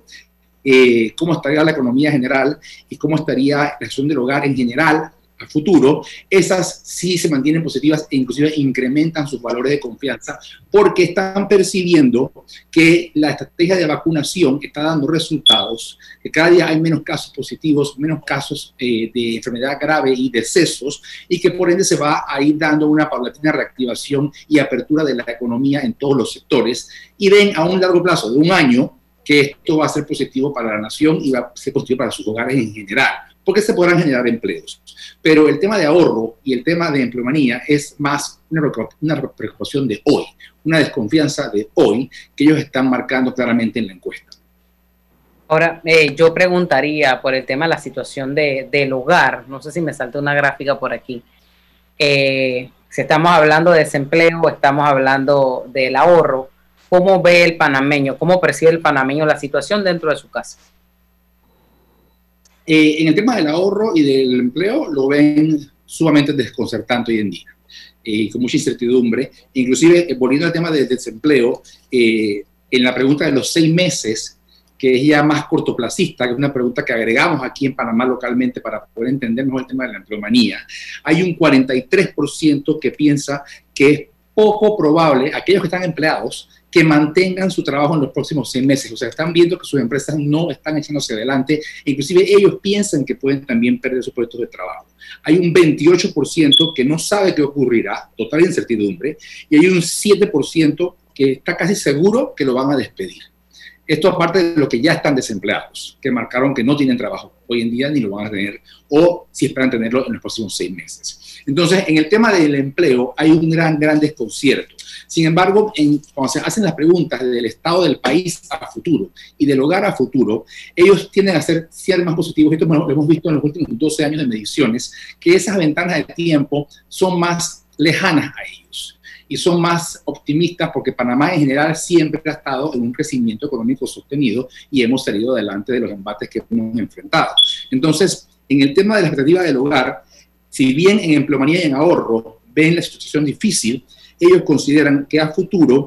eh, cómo estaría la economía general y cómo estaría la situación del hogar en general a futuro, esas sí se mantienen positivas e inclusive incrementan sus valores de confianza porque están percibiendo que la estrategia de vacunación está dando resultados, que cada día hay menos casos positivos, menos casos eh, de enfermedad grave y decesos, y que por ende se va a ir dando una paulatina reactivación y apertura de la economía en todos los sectores, y ven a un largo plazo de un año que esto va a ser positivo para la nación y va a ser positivo para sus hogares en general, porque se podrán generar empleos. Pero el tema de ahorro y el tema de empleomanía es más una preocupación de hoy, una desconfianza de hoy que ellos están marcando claramente en la encuesta. Ahora, eh, yo preguntaría por el tema de la situación de, del hogar, no sé si me salta una gráfica por aquí. eh, si estamos hablando de desempleo o estamos hablando del ahorro, ¿cómo ve el panameño, cómo percibe el panameño la situación dentro de su casa? Eh, en el tema del ahorro y del empleo lo ven sumamente desconcertante hoy en día, eh, con mucha incertidumbre. Inclusive, eh, volviendo al tema del desempleo, eh, en la pregunta de los seis meses, que es ya más cortoplacista, que es una pregunta que agregamos aquí en Panamá localmente para poder entender mejor el tema de la empleomanía, hay un cuarenta y tres por ciento que piensa que es poco probable, aquellos que están empleados, que mantengan su trabajo en los próximos seis meses. O sea, están viendo que sus empresas no están echándose adelante, inclusive ellos piensan que pueden también perder sus puestos de trabajo. Hay un veintiocho por ciento que no sabe qué ocurrirá, total incertidumbre, y hay un siete por ciento que está casi seguro que lo van a despedir. Esto aparte de los que ya están desempleados, que marcaron que no tienen trabajo hoy en día ni lo van a tener, o si esperan tenerlo en los próximos seis meses. Entonces, en el tema del empleo hay un gran, gran desconcierto. Sin embargo, en, cuando se hacen las preguntas del estado del país a futuro y del hogar a futuro, ellos tienden a ser ciertos más positivos. Esto lo hemos visto en los últimos doce años de mediciones, que esas ventanas de tiempo son más lejanas a ellos y son más optimistas porque Panamá en general siempre ha estado en un crecimiento económico sostenido y hemos salido adelante de los embates que hemos enfrentado. Entonces, en el tema de la expectativa del hogar, si bien en empleomanía y en ahorro ven la situación difícil, ellos consideran que a futuro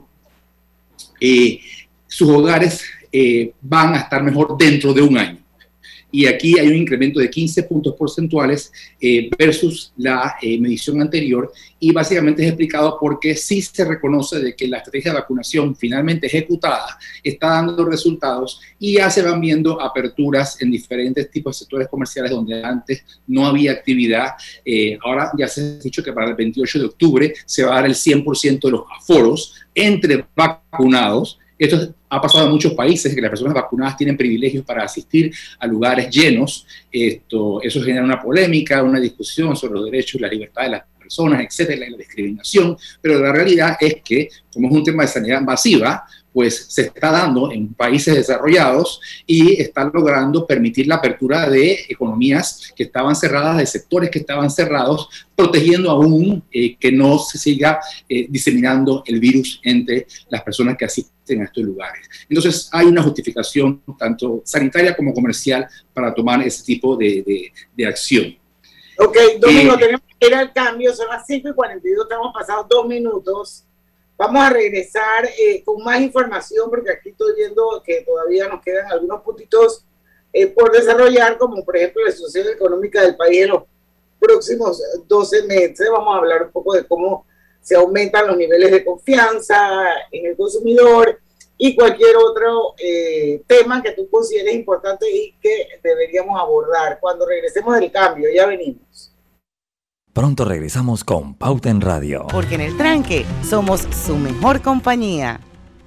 eh, sus hogares eh, van a estar mejor dentro de un año. Y aquí hay un incremento de quince puntos porcentuales eh, versus la eh, medición anterior, y básicamente es explicado porque sí se reconoce de que la estrategia de vacunación finalmente ejecutada está dando resultados y ya se van viendo aperturas en diferentes tipos de sectores comerciales donde antes no había actividad. Eh, ahora ya se ha dicho que para el veintiocho de octubre se va a dar el cien por ciento de los aforos entre vacunados. Esto ha pasado en muchos países, que las personas vacunadas tienen privilegios para asistir a lugares llenos. Esto, eso genera una polémica, una discusión sobre los derechos y la libertad de las personas, etcétera, y la discriminación. Pero la realidad es que, como es un tema de sanidad masiva, pues se está dando en países desarrollados y está logrando permitir la apertura de economías que estaban cerradas, de sectores que estaban cerrados, protegiendo aún eh, que no se siga eh, diseminando el virus entre las personas que asisten a estos lugares. Entonces hay una justificación tanto sanitaria como comercial para tomar ese tipo de, de, de acción. Ok, Domingo, Eh, tenemos que ir al cambio, son las cinco y cuarenta y dos, estamos pasados dos minutos. Vamos a regresar eh, con más información porque aquí estoy viendo que todavía nos quedan algunos puntitos eh, por desarrollar, como por ejemplo la situación económica del país en los próximos doce meses. Vamos a hablar un poco de cómo se aumentan los niveles de confianza en el consumidor y cualquier otro eh, tema que tú consideres importante y que deberíamos abordar. Cuando regresemos del cambio, ya venimos. Pronto regresamos con Pauta en Radio. Porque en el tranque somos su mejor compañía.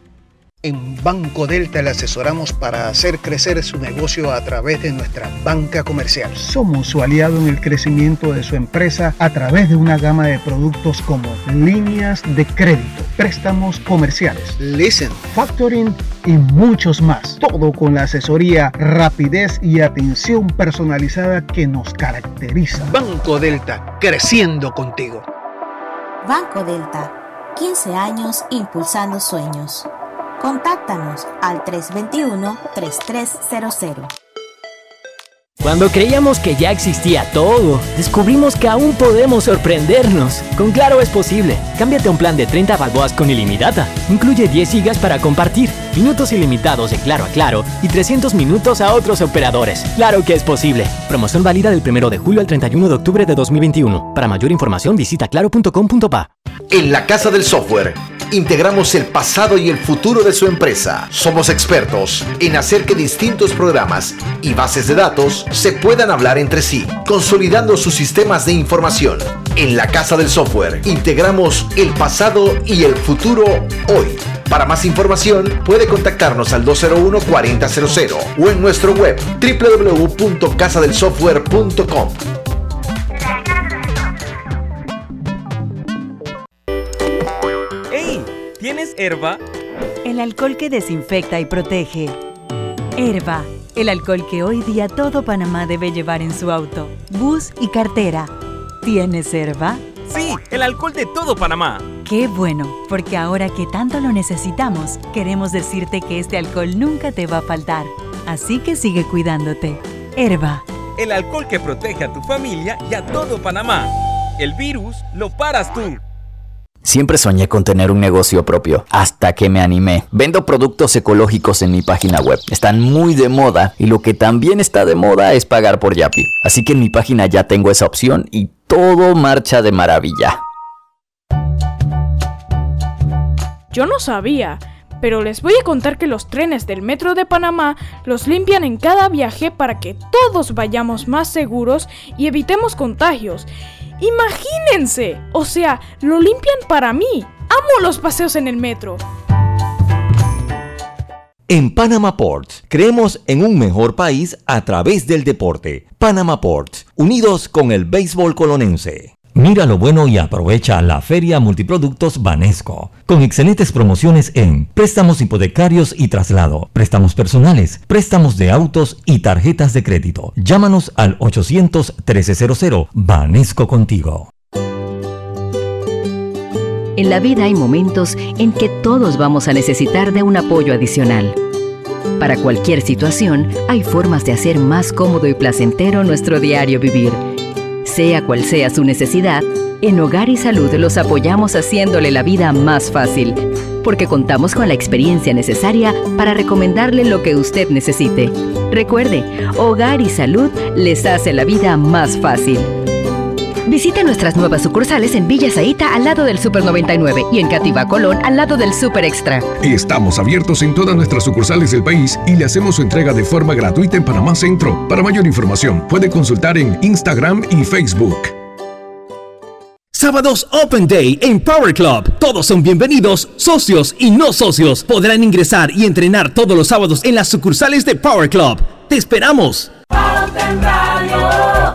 En Banco Delta le asesoramos para hacer crecer su negocio a través de nuestra banca comercial. Somos su aliado en el crecimiento de su empresa a través de una gama de productos como líneas de crédito, préstamos comerciales, leasing, factoring y muchos más. Todo con la asesoría, rapidez y atención personalizada que nos caracteriza. Banco Delta, creciendo contigo. Banco Delta, quince años impulsando sueños. Contáctanos al tres dos uno, tres tres cero cero. Cuando creíamos que ya existía todo, descubrimos que aún podemos sorprendernos. Con Claro es posible. Cámbiate a un plan de treinta balboas con ilimitada. Incluye diez gigas para compartir, minutos ilimitados de Claro a Claro y trescientos minutos a otros operadores. Claro que es posible. Promoción válida del primero de julio al treinta y uno de octubre de dos mil veintiuno. Para mayor información visita claro punto com punto pa. En la Casa del Software, integramos el pasado y el futuro de su empresa. Somos expertos en hacer que distintos programas y bases de datos se puedan hablar entre sí, consolidando sus sistemas de información. En la Casa del Software, integramos el pasado y el futuro hoy. Para más información, puede contactarnos al dos cero uno, cuatro cero cero o en nuestro web doble u doble u doble u punto casa del software punto com. ¿Tienes Herba? El alcohol que desinfecta y protege. Herba, el alcohol que hoy día todo Panamá debe llevar en su auto, bus y cartera. ¿Tienes Herba? Sí, el alcohol de todo Panamá. Qué bueno, porque ahora que tanto lo necesitamos, queremos decirte que este alcohol nunca te va a faltar. Así que sigue cuidándote. Herba. El alcohol que protege a tu familia y a todo Panamá. El virus lo paras tú. Siempre soñé con tener un negocio propio, hasta que me animé. Vendo productos ecológicos en mi página web. Están muy de moda y lo que también está de moda es pagar por Yapi. Así que en mi página ya tengo esa opción y todo marcha de maravilla. Yo no sabía, pero les voy a contar que los trenes del Metro de Panamá los limpian en cada viaje para que todos vayamos más seguros y evitemos contagios. ¡Imagínense! O sea, lo limpian para mí. ¡Amo los paseos en el metro! En Panama Ports, creemos en un mejor país a través del deporte. Panama Ports, unidos con el béisbol colonense. Mira lo bueno y aprovecha la Feria Multiproductos Banesco, con excelentes promociones en préstamos hipotecarios y traslado, préstamos personales, préstamos de autos y tarjetas de crédito. Llámanos al ochocientos, trece cero cero, Banesco contigo. En la vida hay momentos en que todos vamos a necesitar de un apoyo adicional. Para cualquier situación, hay formas de hacer más cómodo y placentero nuestro diario vivir. Sea cual sea su necesidad, en Hogar y Salud los apoyamos haciéndole la vida más fácil, porque contamos con la experiencia necesaria para recomendarle lo que usted necesite. Recuerde, Hogar y Salud les hace la vida más fácil. Visite nuestras nuevas sucursales en Villa Zaita al lado del Super noventa y nueve y en Cativa Colón al lado del Super Extra. Estamos abiertos en todas nuestras sucursales del país y le hacemos su entrega de forma gratuita en Panamá Centro. Para mayor información, puede consultar en Instagram y Facebook. Sábados Open Day en Power Club. Todos son bienvenidos, socios y no socios. Podrán ingresar y entrenar todos los sábados en las sucursales de Power Club. ¡Te esperamos! Pauta Radio.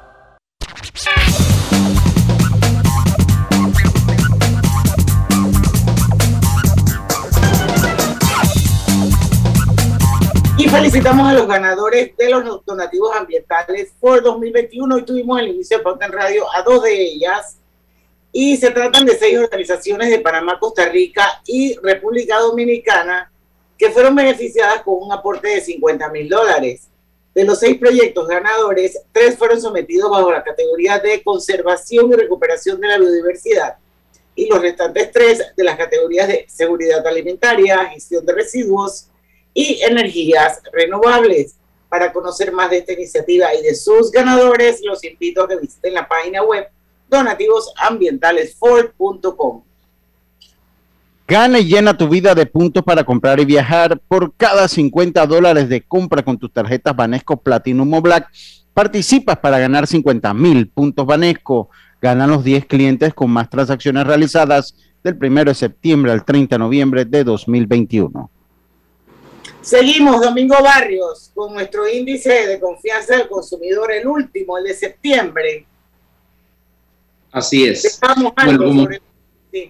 Y felicitamos a los ganadores de los donativos ambientales por dos mil veintiuno. Hoy tuvimos el inicio de Pauta en Radio a dos de ellas. Y se tratan de seis organizaciones de Panamá, Costa Rica y República Dominicana que fueron beneficiadas con un aporte de cincuenta mil dólares. De los seis proyectos ganadores, tres fueron sometidos bajo la categoría de conservación y recuperación de la biodiversidad y los restantes tres de las categorías de seguridad alimentaria, gestión de residuos y energías renovables. Para conocer más de esta iniciativa y de sus ganadores, los invito a que visiten la página web donativos ambientales ford punto com. Gana y llena tu vida de puntos para comprar y viajar. Por cada cincuenta dólares de compra con tus tarjetas Banesco Platinum o Black, participas para ganar cincuenta mil puntos Banesco. Ganan los diez clientes con más transacciones realizadas del primero de septiembre al treinta de noviembre de dos mil veintiuno. Seguimos, Domingo Barrios, con nuestro índice de confianza del consumidor, el último, el de septiembre. Así es. Dejamos algo Bueno, como sobre... sí.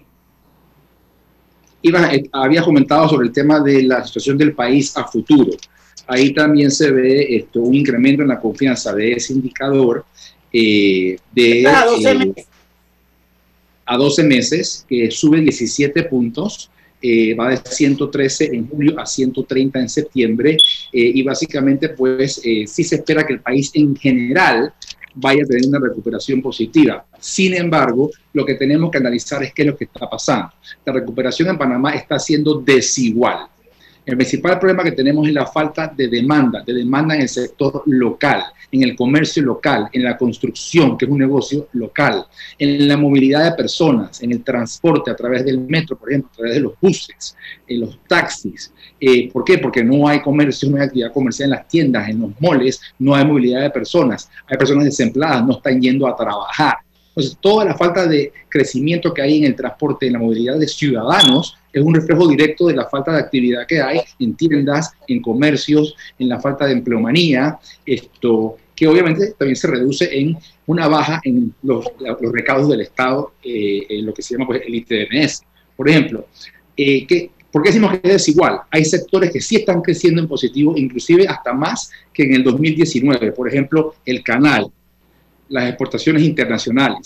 Iba, eh, había comentado sobre el tema de la situación del país a futuro. Ahí también se ve esto, un incremento en la confianza de ese indicador eh, de a doce eh, meses. a doce meses, que sube diecisiete puntos. Eh, va de ciento trece en julio a ciento treinta en septiembre, eh, y básicamente pues eh, sí se espera que el país en general vaya a tener una recuperación positiva. Sin embargo, lo que tenemos que analizar es qué es lo que está pasando. La recuperación en Panamá está siendo desigual. El principal problema que tenemos es la falta de demanda, de demanda en el sector local, en el comercio local, en la construcción, que es un negocio local, en la movilidad de personas, en el transporte a través del metro, por ejemplo, a través de los buses, en los taxis. Eh, ¿Por qué? Porque no hay comercio, no hay actividad comercial en las tiendas, en los moles, no hay movilidad de personas, hay personas desempleadas, no están yendo a trabajar. Entonces, toda la falta de crecimiento que hay en el transporte, en la movilidad de ciudadanos, es un reflejo directo de la falta de actividad que hay en tiendas, en comercios, en la falta de empleomanía, esto, que obviamente también se reduce en una baja en los, los recaudos del Estado, eh, en lo que se llama pues, el I T M S. Por ejemplo, eh, que, ¿por qué decimos que es desigual? Hay sectores que sí están creciendo en positivo, inclusive hasta más que en el dos mil diecinueve. Por ejemplo, el canal, las exportaciones internacionales,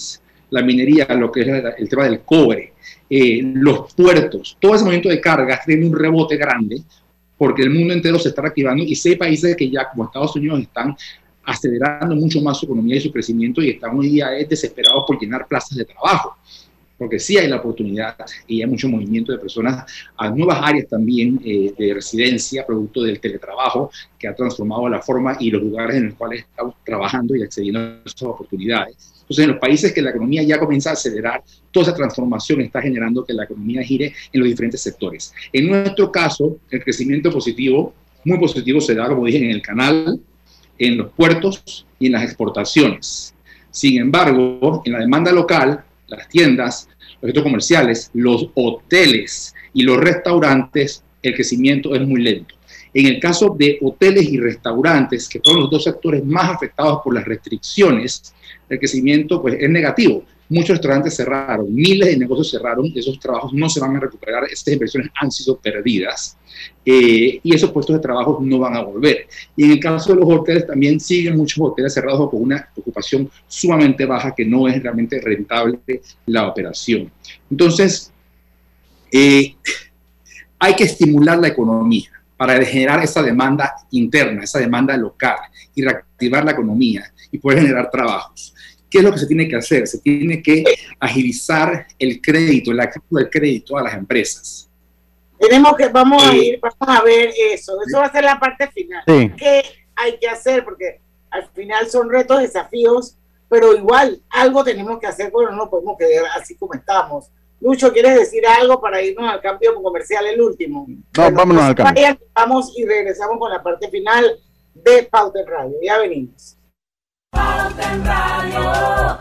la minería, lo que es el tema del cobre, eh, los puertos, todo ese movimiento de cargas tiene un rebote grande porque el mundo entero se está reactivando y sí hay países que ya, como Estados Unidos, están acelerando mucho más su economía y su crecimiento y están hoy día desesperados por llenar plazas de trabajo, porque sí hay la oportunidad y hay mucho movimiento de personas a nuevas áreas también eh, de residencia, producto del teletrabajo, que ha transformado la forma y los lugares en los cuales estamos trabajando y accediendo a esas oportunidades. Entonces, en los países que la economía ya comienza a acelerar, toda esa transformación está generando que la economía gire en los diferentes sectores. En nuestro caso, el crecimiento positivo, muy positivo, se da, como dije, en el canal, en los puertos y en las exportaciones. Sin embargo, en la demanda local, las tiendas, los centros comerciales, los hoteles y los restaurantes, el crecimiento es muy lento. En el caso de hoteles y restaurantes, que fueron los dos sectores más afectados por las restricciones, el crecimiento pues, es negativo. Muchos restaurantes cerraron, miles de negocios cerraron, esos trabajos no se van a recuperar, estas inversiones han sido perdidas eh, y esos puestos de trabajo no van a volver. Y en el caso de los hoteles también siguen muchos hoteles cerrados con una ocupación sumamente baja que no es realmente rentable la operación. Entonces, eh, hay que estimular la economía para generar esa demanda interna, esa demanda local y reactivar la economía y poder generar trabajos. ¿Qué es lo que se tiene que hacer? Se tiene que agilizar el crédito, el acceso del crédito a las empresas. Tenemos que, vamos a ir, vamos a ver eso. Eso va a ser la parte final. Sí. ¿Qué hay que hacer? Porque al final son retos, desafíos, pero igual algo tenemos que hacer, porque no nos podemos quedar así como estamos. Lucho, ¿quieres decir algo para irnos al cambio comercial, el último? No, bueno, vámonos al cambio. Vayan, vamos y regresamos con la parte final de Pauta en Radio. Ya venimos. Pauta en Radio.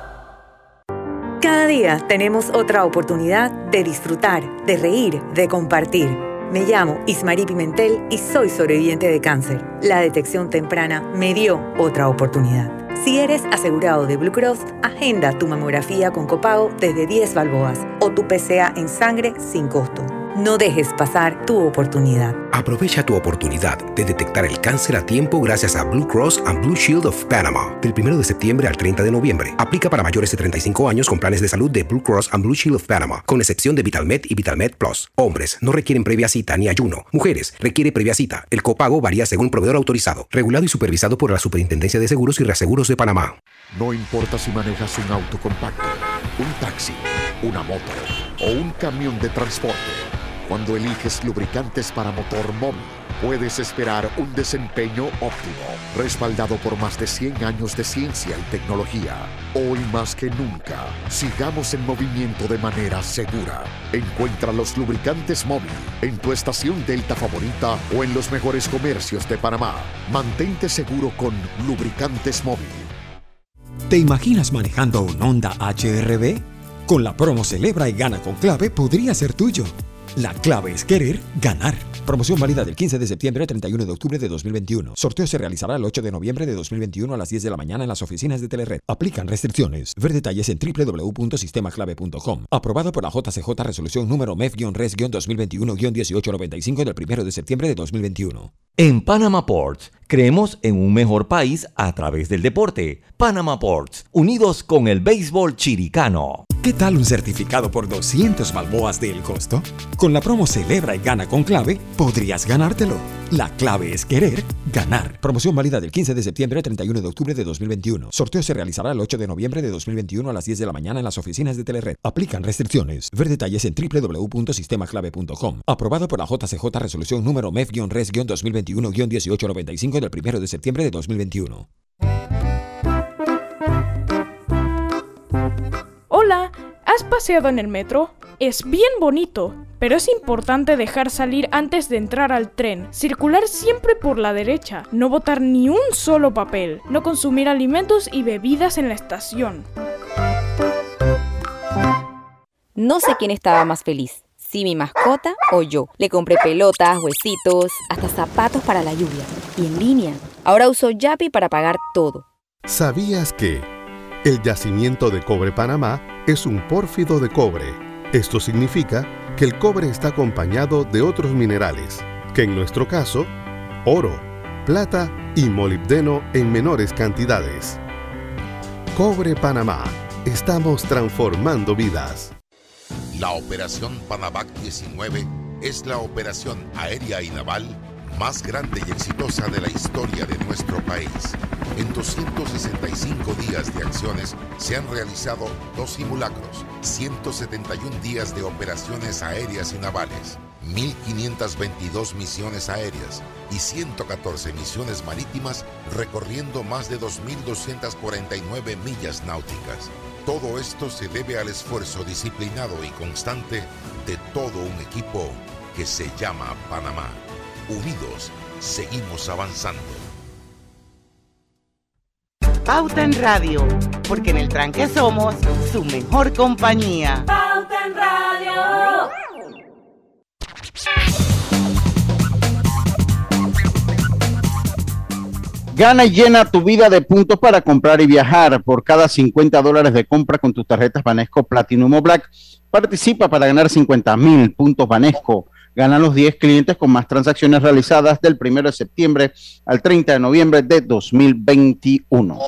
Cada día tenemos otra oportunidad de disfrutar, de reír, de compartir. Me llamo Ismarí Pimentel y soy sobreviviente de cáncer. La detección temprana me dio otra oportunidad. Si eres asegurado de Blue Cross, agenda tu mamografía con copago desde diez balboas o tu P C A en sangre sin costo. No dejes pasar tu oportunidad. Aprovecha tu oportunidad de detectar el cáncer a tiempo gracias a Blue Cross and Blue Shield of Panama. Del primero de septiembre al treinta de noviembre. Aplica para mayores de treinta y cinco años con planes de salud de Blue Cross and Blue Shield of Panama, con excepción de VitalMed y VitalMed Plus. Hombres no requieren previa cita ni ayuno. Mujeres requiere previa cita. El copago varía según proveedor autorizado. Regulado y supervisado por la Superintendencia de Seguros y Reaseguros de Panamá. No importa si manejas un auto compacto, un taxi, una moto o un camión de transporte. Cuando eliges lubricantes para motor móvil, puedes esperar un desempeño óptimo, respaldado por más de cien años de ciencia y tecnología. Hoy más que nunca, sigamos en movimiento de manera segura. Encuentra los lubricantes móvil en tu estación Delta favorita o en los mejores comercios de Panamá. Mantente seguro con lubricantes móvil. ¿Te imaginas manejando un Honda H R V? Con la promo Celebra y Gana con Clave podría ser tuyo. La clave es querer ganar. Promoción válida del quince de septiembre al treinta y uno de octubre de dos mil veintiuno. Sorteo se realizará el ocho de noviembre de dos mil veintiuno a las diez de la mañana en las oficinas de Telered. Aplican restricciones. Ver detalles en doble u doble u doble u punto sistema clave punto com. Aprobado por la J C J Resolución número M E F-Res dos mil veintiuno dieciocho noventa y cinco del primero de septiembre de dos mil veintiuno. En Panama Ports, creemos en un mejor país a través del deporte. Panama Ports, unidos con el béisbol chiricano. ¿Qué tal un certificado por doscientos balboas del costo? Con la promo Celebra y Gana con Clave, podrías ganártelo. La clave es querer ganar. Promoción válida del quince de septiembre al treinta y uno de octubre de dos mil veintiuno. Sorteo se realizará el ocho de noviembre de dos mil veintiuno a las diez de la mañana en las oficinas de Telered. Aplican restricciones. Ver detalles en doble u doble u doble u punto sistema clave punto com. Aprobado por la J C J Resolución número M E F-Res dos mil veintiuno dieciocho noventa y cinco del primero de septiembre de dos mil veintiuno. Hola, ¿has paseado en el metro? Es bien bonito, pero es importante dejar salir antes de entrar al tren, circular siempre por la derecha, no botar ni un solo papel, no consumir alimentos y bebidas en la estación. No sé quién estaba más feliz, si mi mascota o yo. Le compré pelotas, huesitos, hasta zapatos para la lluvia. Y en línea. Ahora uso Yapi para pagar todo. ¿Sabías que el yacimiento de cobre Panamá es un pórfido de cobre? Esto significa que el cobre está acompañado de otros minerales, que en nuestro caso, oro, plata y molibdeno en menores cantidades. Cobre Panamá, Estamos transformando vidas. La Operación Panamac diecinueve es la operación aérea y naval más grande y exitosa de la historia de nuestro país. En doscientos sesenta y cinco días de acciones se han realizado dos simulacros, ciento setenta y un días de operaciones aéreas y navales, mil quinientas veintidós misiones aéreas y ciento catorce misiones marítimas, recorriendo más de dos mil doscientas cuarenta y nueve millas náuticas. Todo esto se debe al esfuerzo disciplinado y constante de todo un equipo que se llama Panamá. Unidos, seguimos avanzando. Pauta en Radio, porque en el tranque somos su mejor compañía. Pauta en Radio. Gana y llena tu vida de puntos para comprar y viajar. Por cada cincuenta dólares de compra con tus tarjetas Banesco Platinum o Black, participa para ganar cincuenta mil puntos Banesco. Ganan los diez clientes con más transacciones realizadas del primero de septiembre al treinta de noviembre de dos mil veintiuno.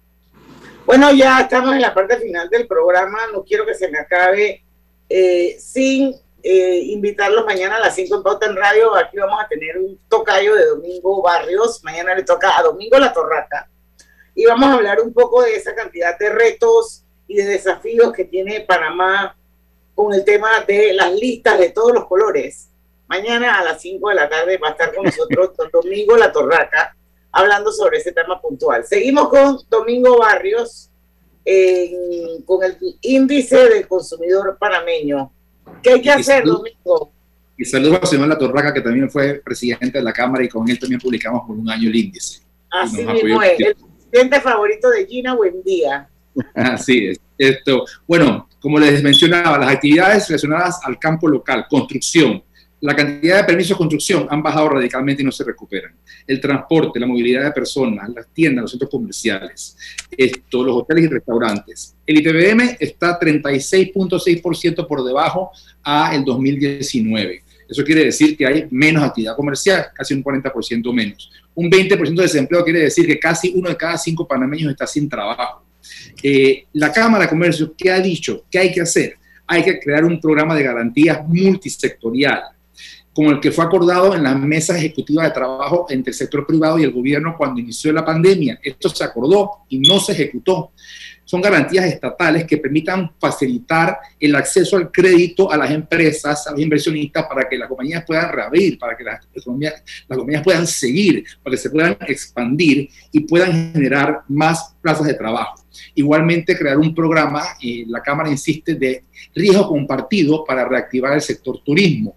Bueno, ya estamos en la parte final del programa. No quiero que se me acabe eh, sin eh, invitarlos mañana a las cinco en Pauta en Radio. Aquí vamos a tener un tocayo de Domingo Barrios. Mañana le toca a Domingo La Torraca. Y vamos a hablar un poco de esa cantidad de retos y de desafíos que tiene Panamá con el tema de las listas de todos los colores. Mañana a las cinco de la tarde va a estar con nosotros don Domingo La Torraca hablando sobre ese tema puntual. Seguimos con Domingo Barrios eh, con el índice del consumidor panameño. ¿Qué hay que hacer, Domingo? Y saludos al señor La Torraca, que también fue presidente de la Cámara, y con él también publicamos por un año el índice. Así mismo es, el presidente favorito de Gina Buendía. Así es. Esto, bueno, como les mencionaba, las actividades relacionadas al campo local, construcción, la cantidad de permisos de construcción han bajado radicalmente y no se recuperan. El transporte, la movilidad de personas, las tiendas, los centros comerciales, esto, los hoteles y restaurantes. El I P B M está treinta y seis punto seis por ciento por debajo a el dos mil diecinueve. Eso quiere decir que hay menos actividad comercial, casi un cuarenta por ciento menos. Un veinte por ciento de desempleo quiere decir que casi uno de cada cinco panameños está sin trabajo. Eh, la Cámara de Comercio, ¿qué ha dicho? ¿Qué hay que hacer? Hay que crear un programa de garantías multisectorial, como el que fue acordado en la mesa ejecutiva de trabajo entre el sector privado y el gobierno cuando inició la pandemia. Esto se acordó y no se ejecutó. Son garantías estatales que permitan facilitar el acceso al crédito a las empresas, a los inversionistas, para que las compañías puedan reabrir, para que las economías, las compañías puedan seguir, para que se puedan expandir y puedan generar más plazas de trabajo. Igualmente, crear un programa, eh, la Cámara insiste, de riesgo compartido para reactivar el sector turismo.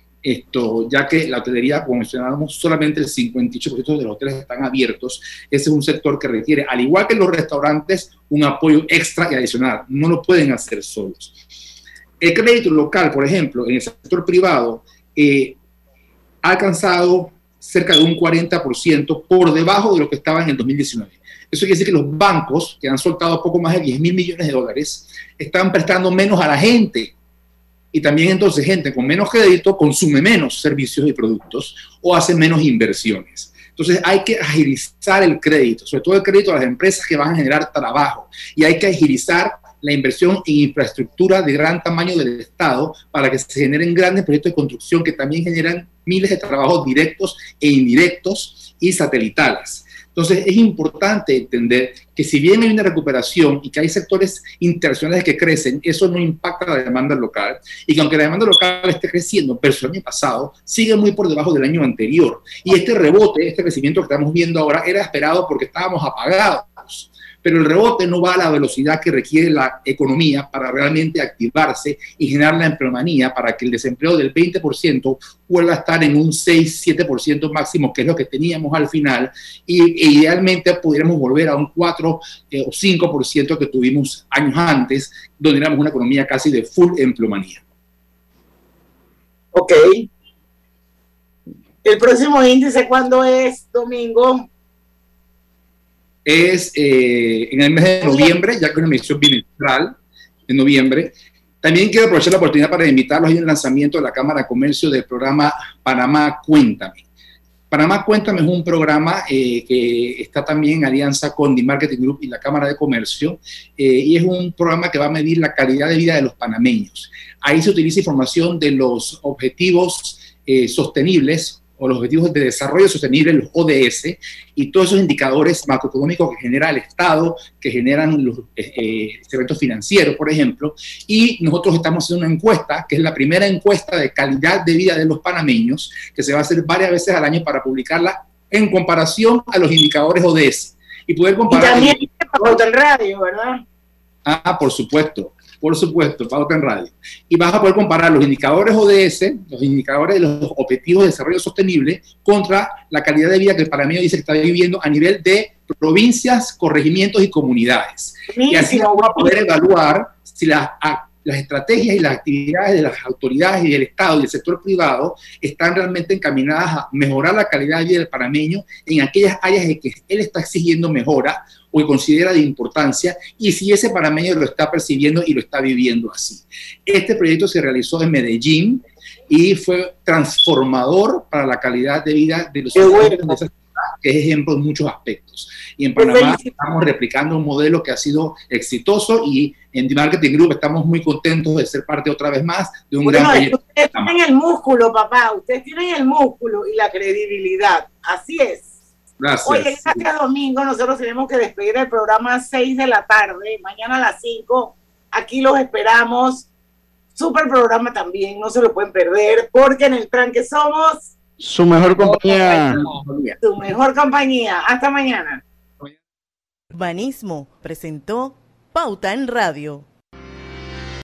Esto, ya que la hotelería, como mencionábamos, solamente el cincuenta y ocho por ciento de los hoteles están abiertos. Ese es un sector que requiere, al igual que los restaurantes, un apoyo extra y adicional. No lo pueden hacer solos. El crédito local, por ejemplo, en el sector privado, eh, ha alcanzado cerca de un cuarenta por ciento por debajo de lo que estaba en el dos mil diecinueve. Eso quiere decir que los bancos, que han soltado poco más de diez mil millones de dólares, están prestando menos a la gente. Y también entonces gente con menos crédito consume menos servicios y productos o hace menos inversiones. Entonces hay que agilizar el crédito, sobre todo el crédito a las empresas que van a generar trabajo, y hay que agilizar la inversión en infraestructura de gran tamaño del Estado para que se generen grandes proyectos de construcción que también generan miles de trabajos directos e indirectos y satelitales. Entonces es importante entender que si bien hay una recuperación y que hay sectores internacionales que crecen, eso no impacta la demanda local, y que aunque la demanda local esté creciendo versus el año pasado, sigue muy por debajo del año anterior. Y este rebote, este crecimiento que estamos viendo ahora, era esperado porque estábamos apagados. Pero el rebote no va a la velocidad que requiere la economía para realmente activarse y generar la empleomanía para que el desempleo del veinte por ciento vuelva a estar en un seis siete por ciento máximo, que es lo que teníamos al final, y e idealmente pudiéramos volver a un cuatro eh, o cinco por ciento que tuvimos años antes, donde éramos una economía casi de full empleomanía. Ok. ¿El próximo índice cuándo es, Domingo? Es eh, en el mes de noviembre, ya que es una medición bimestral en noviembre. También quiero aprovechar la oportunidad para invitarlos a un lanzamiento de la Cámara de Comercio del programa Panamá Cuéntame. Panamá Cuéntame es un programa eh, que está también en alianza con The Marketing Group y la Cámara de Comercio, eh, y es un programa que va a medir la calidad de vida de los panameños. Ahí se utiliza información de los objetivos eh, sostenibles o los Objetivos de Desarrollo Sostenible, los O D S, y todos esos indicadores macroeconómicos que genera el Estado, que generan los eh, eventos financieros, por ejemplo, y nosotros estamos haciendo una encuesta, que es la primera encuesta de calidad de vida de los panameños, que se va a hacer varias veces al año para publicarla en comparación a los indicadores O D S. Y poder comparar... Y también Pauta en Radio, ¿verdad? Ah, por supuesto. Por supuesto, Pauta en Radio. Y vas a poder comparar los indicadores O D S, los indicadores de los Objetivos de Desarrollo Sostenible, contra la calidad de vida que el panameño dice que está viviendo a nivel de provincias, corregimientos y comunidades. Y así vamos a poder evaluar si las, las estrategias y las actividades de las autoridades y del Estado y del sector privado están realmente encaminadas a mejorar la calidad de vida del panameño en aquellas áreas en que él está exigiendo mejora o que considera de importancia, y si ese panameño lo está percibiendo y lo está viviendo así. Este proyecto se realizó en Medellín y fue transformador para la calidad de vida de los ciudadanos de esa ciudad, que es ejemplo en muchos aspectos. Y en Panamá estamos replicando un modelo que ha sido exitoso, y en The Marketing Group estamos muy contentos de ser parte otra vez más de un bueno, gran proyecto. Ustedes tienen el músculo, papá, ustedes tienen el músculo y la credibilidad, así es. Gracias. Oye, gracias domingo, nosotros tenemos que despedir el programa a seis de la tarde, mañana a las cinco, aquí los esperamos, súper programa también, no se lo pueden perder, porque en el tranque somos su mejor compañía. Su mejor compañía, hasta mañana. Urbanismo presentó Pauta en Radio.